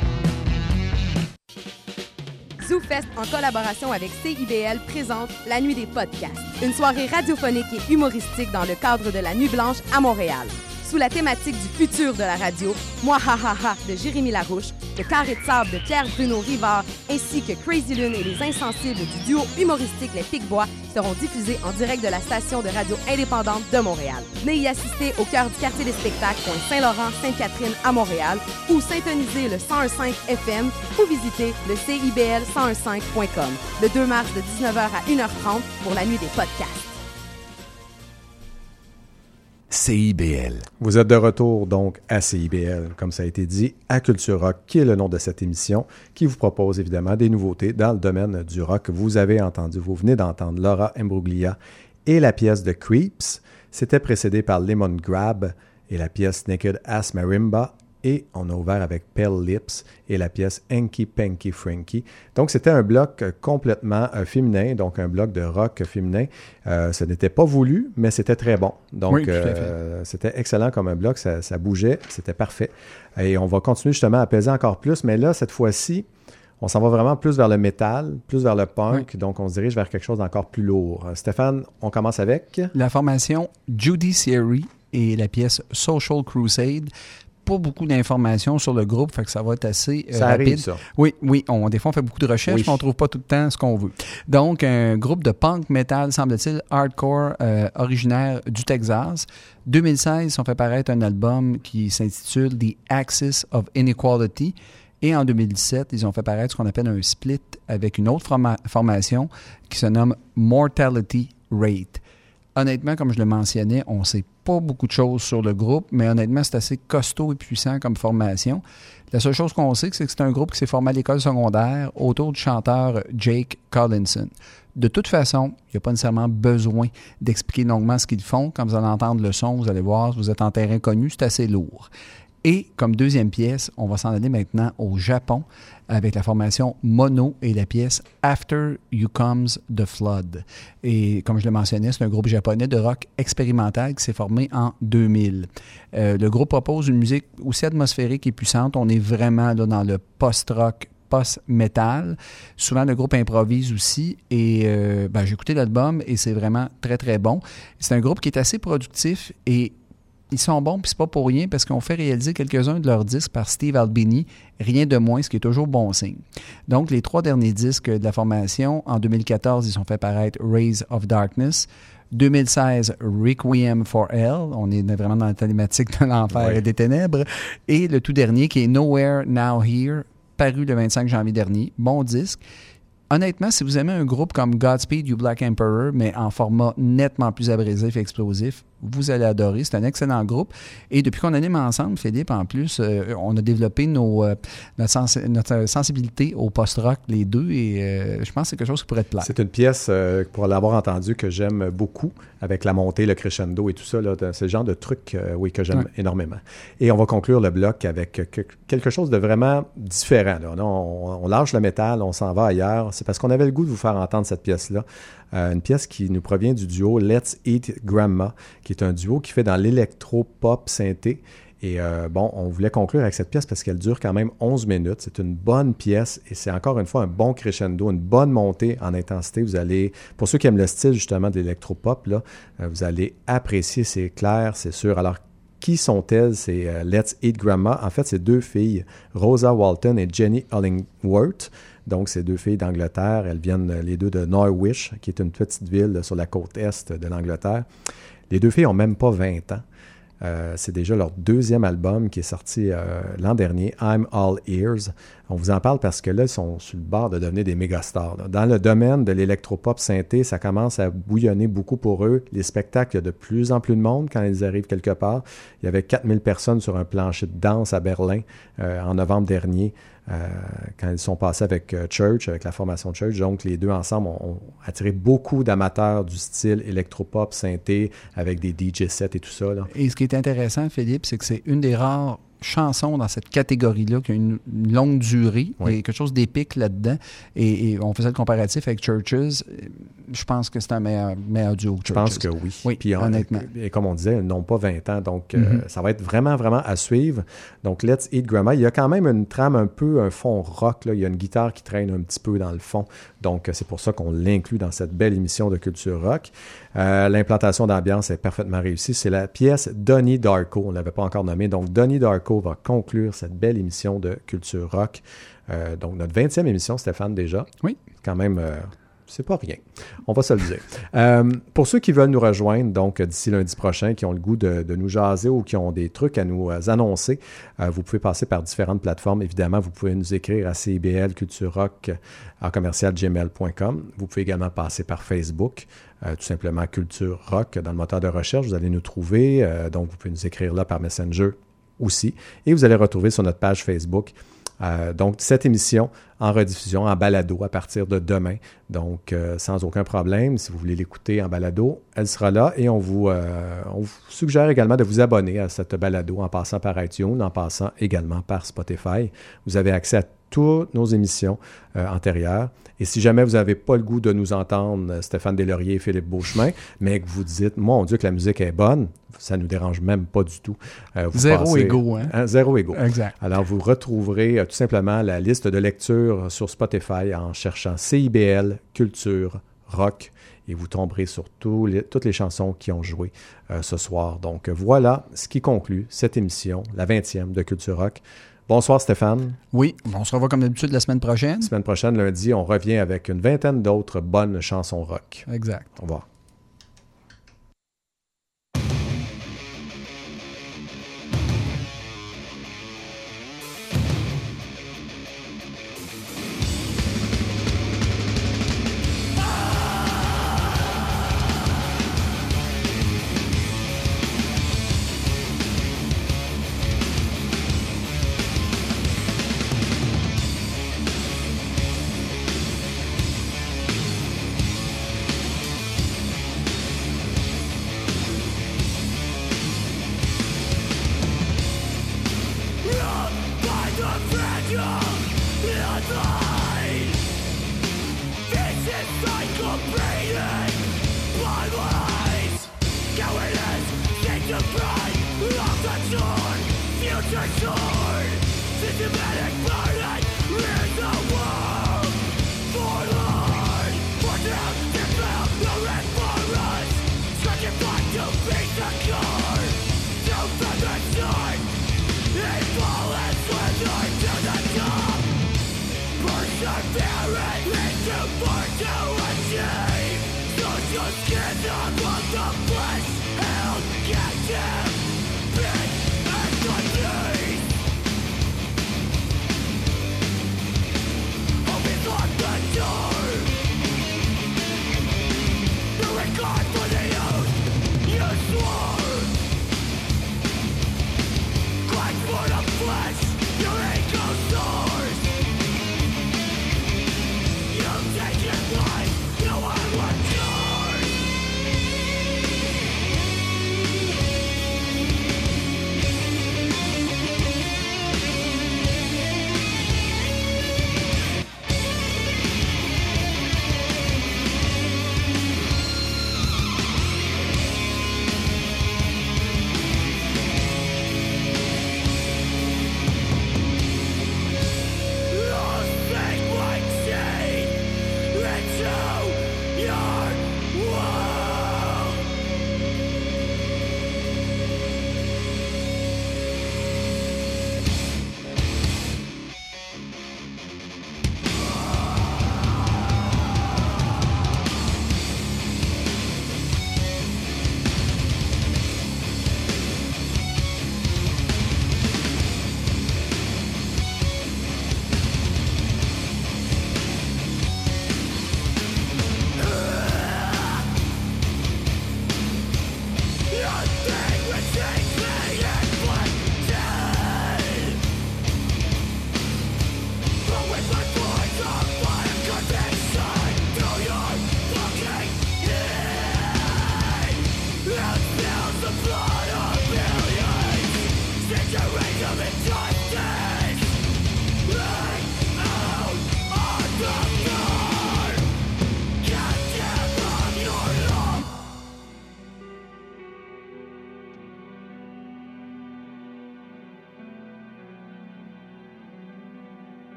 ZooFest, en collaboration avec C I B L, présente La Nuit des podcasts, une soirée radiophonique et humoristique dans le cadre de la Nuit Blanche à Montréal. Sous la thématique du futur de la radio, Moi ha ha ha de Jérémy Larouche, Le Carré de sable de Pierre-Bruno Rivard, ainsi que Crazy Lune et les Insensibles du duo humoristique Les Pic-Bois seront diffusés en direct de la station de radio indépendante de Montréal. Venez y assister au cœur du quartier des spectacles, coin Saint-Laurent, Sainte-Catherine à Montréal, ou syntoniser le cent un virgule cinq F M ou visiter le C I B L cent un virgule cinq point com le deux mars de dix-neuf heures à une heure trente pour la nuit des podcasts. C I B L. Vous êtes de retour donc à C I B L, comme ça a été dit, à Culture Rock, qui est le nom de cette émission, qui vous propose évidemment des nouveautés dans le domaine du rock. Vous avez entendu, vous venez d'entendre Laura Imbruglia et la pièce de Creeps. C'était précédé par Lemon Grab et la pièce Naked As Marimba. Et on a ouvert avec Pale Lips et la pièce Hanky Panky Frankie. Donc, c'était un bloc complètement euh, féminin, donc un bloc de rock féminin. Euh, ce n'était pas voulu, mais c'était très bon. Donc, oui, tout à fait. euh, c'était excellent comme un bloc, ça, ça bougeait, c'était parfait. Et on va continuer justement à peser encore plus, mais là, cette fois-ci, on s'en va vraiment plus vers le métal, plus vers le punk, oui. Donc on se dirige vers quelque chose d'encore plus lourd. Euh, Stéphane, on commence avec? La formation Judiciary et la pièce Social Crusade. Pas beaucoup d'informations sur le groupe, fait que ça va être assez euh, ça rapide. Arrive, ça. Oui, oui. On, des fois, on fait beaucoup de recherches, oui. mais on ne trouve pas tout le temps ce qu'on veut. Donc, un groupe de punk metal, semble-t-il, hardcore, euh, originaire du Texas. deux mille seize, ils ont fait paraître un album qui s'intitule The Axis of Inequality. Et en deux mille dix-sept, ils ont fait paraître ce qu'on appelle un split avec une autre forma- formation qui se nomme Mortality Rate. Honnêtement, comme je le mentionnais, on ne sait pas beaucoup de choses sur le groupe, mais honnêtement, c'est assez costaud et puissant comme formation. La seule chose qu'on sait, c'est que c'est un groupe qui s'est formé à l'école secondaire autour du chanteur Jake Collinson. De toute façon, il n'y a pas nécessairement besoin d'expliquer longuement ce qu'ils font. Quand vous allez entendre le son, vous allez voir, vous êtes en terrain connu, c'est assez lourd. Et comme deuxième pièce, on va s'en aller maintenant au Japon avec la formation Mono et la pièce After You Comes the Flood. Et comme je le mentionnais, c'est un groupe japonais de rock expérimental qui s'est formé en deux mille. Euh, le groupe propose une musique aussi atmosphérique et puissante. On est vraiment là, dans le post-rock, post-metal. Souvent, le groupe improvise aussi. Et euh, ben, j'ai écouté l'album et c'est vraiment très, très bon. C'est un groupe qui est assez productif et ils sont bons, puis c'est pas pour rien, parce qu'on fait réaliser quelques-uns de leurs disques par Steve Albini, rien de moins, ce qui est toujours bon signe. Donc, les trois derniers disques de la formation, en deux mille quatorze, ils ont fait paraître Rays of Darkness. deux mille seize, Requiem for Hell. On est vraiment dans la thématique de l'enfer ouais. et des ténèbres. Et le tout dernier, qui est Nowhere Now Here, paru le vingt-cinq janvier dernier. Bon disque. Honnêtement, si vous aimez un groupe comme Godspeed You Black Emperor, mais en format nettement plus abrasif et explosif, vous allez adorer. C'est un excellent groupe. Et depuis qu'on anime ensemble, Philippe, en plus, euh, on a développé nos, euh, notre, sens- notre sensibilité au post-rock, les deux, et euh, je pense que c'est quelque chose qui pourrait te plaire. C'est une pièce, euh, pour l'avoir entendu, que j'aime beaucoup, avec la montée, le crescendo et tout ça. Là, c'est le genre de truc euh, oui, que j'aime ouais. énormément. Et on va conclure le bloc avec que, quelque chose de vraiment différent. Là. On, on lâche le métal, on s'en va ailleurs. C'est parce qu'on avait le goût de vous faire entendre cette pièce-là. Euh, une pièce qui nous provient du duo Let's Eat Grandma, qui est un duo qui fait dans l'électro-pop synthé. Et euh, bon, on voulait conclure avec cette pièce parce qu'elle dure quand même onze minutes. C'est une bonne pièce et c'est encore une fois un bon crescendo, une bonne montée en intensité. Vous allez, pour ceux qui aiment le style justement de l'électro-pop, là, euh, vous allez apprécier, c'est clair, c'est sûr. Alors, qui sont-elles? C'est euh, Let's Eat Grandma. En fait, c'est deux filles, Rosa Walton et Jenny Hollingworth. Donc, ces deux filles d'Angleterre, elles viennent les deux de Norwich, qui est une petite ville sur la côte est de l'Angleterre. Les deux filles n'ont même pas vingt ans. Euh, c'est déjà leur deuxième album qui est sorti euh, l'an dernier, I'm All Ears. On vous en parle parce que là, ils sont sur le bord de devenir des mégastars. Là. Dans le domaine de l'électropop synthé, ça commence à bouillonner beaucoup pour eux. Les spectacles, il y a de plus en plus de monde quand ils arrivent quelque part. Il y avait quatre mille personnes sur un plancher de danse à Berlin euh, en novembre dernier. Euh, quand ils sont passés avec euh, Church, avec la formation Church. Donc, les deux ensemble ont, ont attiré beaucoup d'amateurs du style électropop, synthé, avec des D J sets et tout ça. Là. Et ce qui est intéressant, Philippe, c'est que c'est une des rares chansons dans cette catégorie-là qui a une, une longue durée. Oui. Il y a quelque chose d'épique là-dedans. Et, et on faisait le comparatif avec Churches. Je pense que c'est un meilleur, meilleur duo que Je Churches. pense que oui. Oui, Puis, honnêtement. Et, et comme on disait, ils n'ont pas vingt ans. Donc, Mm-hmm. euh, ça va être vraiment, vraiment à suivre. Donc, Let's Eat Grandma. Il y a quand même une trame un peu, un fond rock. Là. Il y a une guitare qui traîne un petit peu dans le fond. Donc, c'est pour ça qu'on l'inclut dans cette belle émission de Culture Rock. Euh, l'implantation d'ambiance est parfaitement réussie. C'est la pièce Donnie Darko. On ne l'avait pas encore nommée. Donc, Donnie Darko va conclure cette belle émission de Culture Rock. Euh, donc, notre vingtième émission, Stéphane, déjà. Oui. Quand même... Euh, c'est pas rien. On va se le dire. Euh, pour ceux qui veulent nous rejoindre, donc d'ici lundi prochain, qui ont le goût de, de nous jaser ou qui ont des trucs à nous euh, annoncer, euh, vous pouvez passer par différentes plateformes. Évidemment, vous pouvez nous écrire à C I B L Culture Rock en commercial gmail point com. Vous pouvez également passer par Facebook, euh, tout simplement Culture Rock dans le moteur de recherche. Vous allez nous trouver. Euh, donc, vous pouvez nous écrire là par Messenger aussi. Et vous allez retrouver sur notre page Facebook Euh, donc, cette émission en rediffusion, en balado à partir de demain. Donc, euh, sans aucun problème, si vous voulez l'écouter en balado, elle sera là et on vous, euh, on vous suggère également de vous abonner à cette balado en passant par iTunes, en passant également par Spotify. Vous avez accès à toutes nos émissions euh, antérieures. Et si jamais vous n'avez pas le goût de nous entendre, Stéphane Deslauriers et Philippe Beauchemin, mais que vous dites, mon Dieu, que la musique est bonne, ça ne nous dérange même pas du tout. Euh, vous zéro passez, égo, hein? hein? Zéro égo. Exact. Alors, vous retrouverez euh, tout simplement la liste de lecture sur Spotify en cherchant C I B L, Culture, Rock, et vous tomberez sur tous les, toutes les chansons qui ont joué euh, ce soir. Donc, voilà ce qui conclut cette émission, la vingtième de Culture Rock. Bonsoir Stéphane. Oui, on se revoit comme d'habitude la semaine prochaine. La semaine prochaine, lundi, on revient avec une vingtaine d'autres bonnes chansons rock. Exact. Au revoir.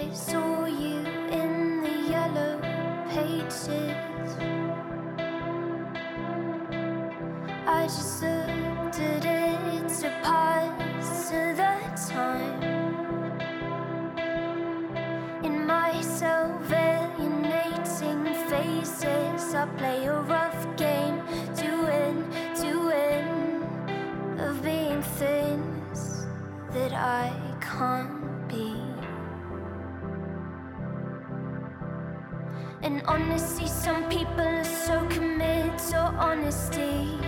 I saw you in the yellow pages. I just looked at it to pass the time. In my self-alienating phases, I play a rough game to win, to win, of being things that I can't be. And honestly, some people are so committed to honesty,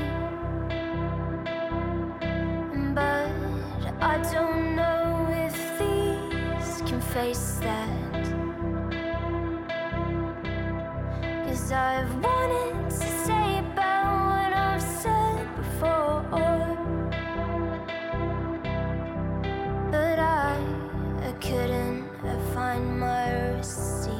but I don't know if these can face that. 'Cause I've wanted to say about what I've said before, but I, I couldn't find my receipt.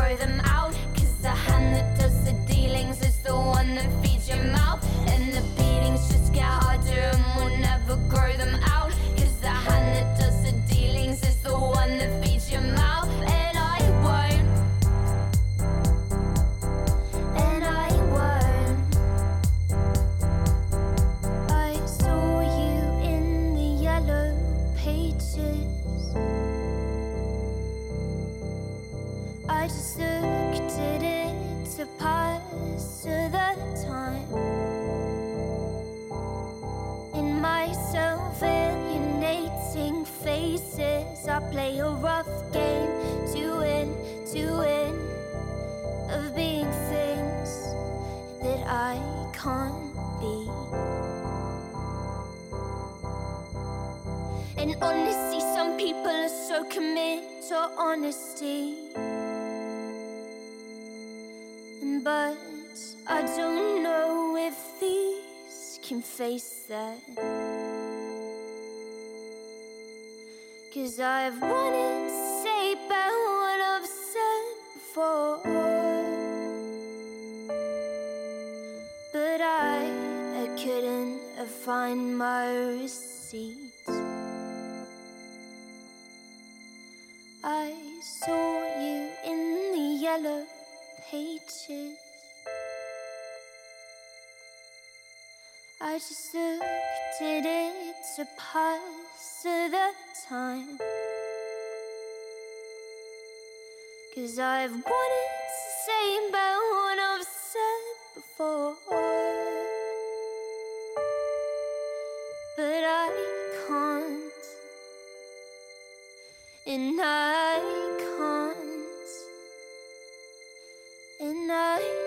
grow them out. Cause the hand that does the dealings is the one that feeds your mouth. And the beatings just get harder and will never grow them out. Cause the hand that does the dealings is the one that feeds your mouth. And I won't. And I won't. I saw you in the yellow pages. I just looked at it to pass the time. In my self-alienating faces, I play a rough game to win, to win, of being things that I can't be. And honestly, some people are so committed to honesty. But I don't know if these can face that. Cause I've wanted to say about what I've said before, but I, I couldn't find my receipts. I saw you in the yellow pages. I just looked at it to pass the time. Cause I've wanted to say about what I've said before, but I can't. And I can't. And I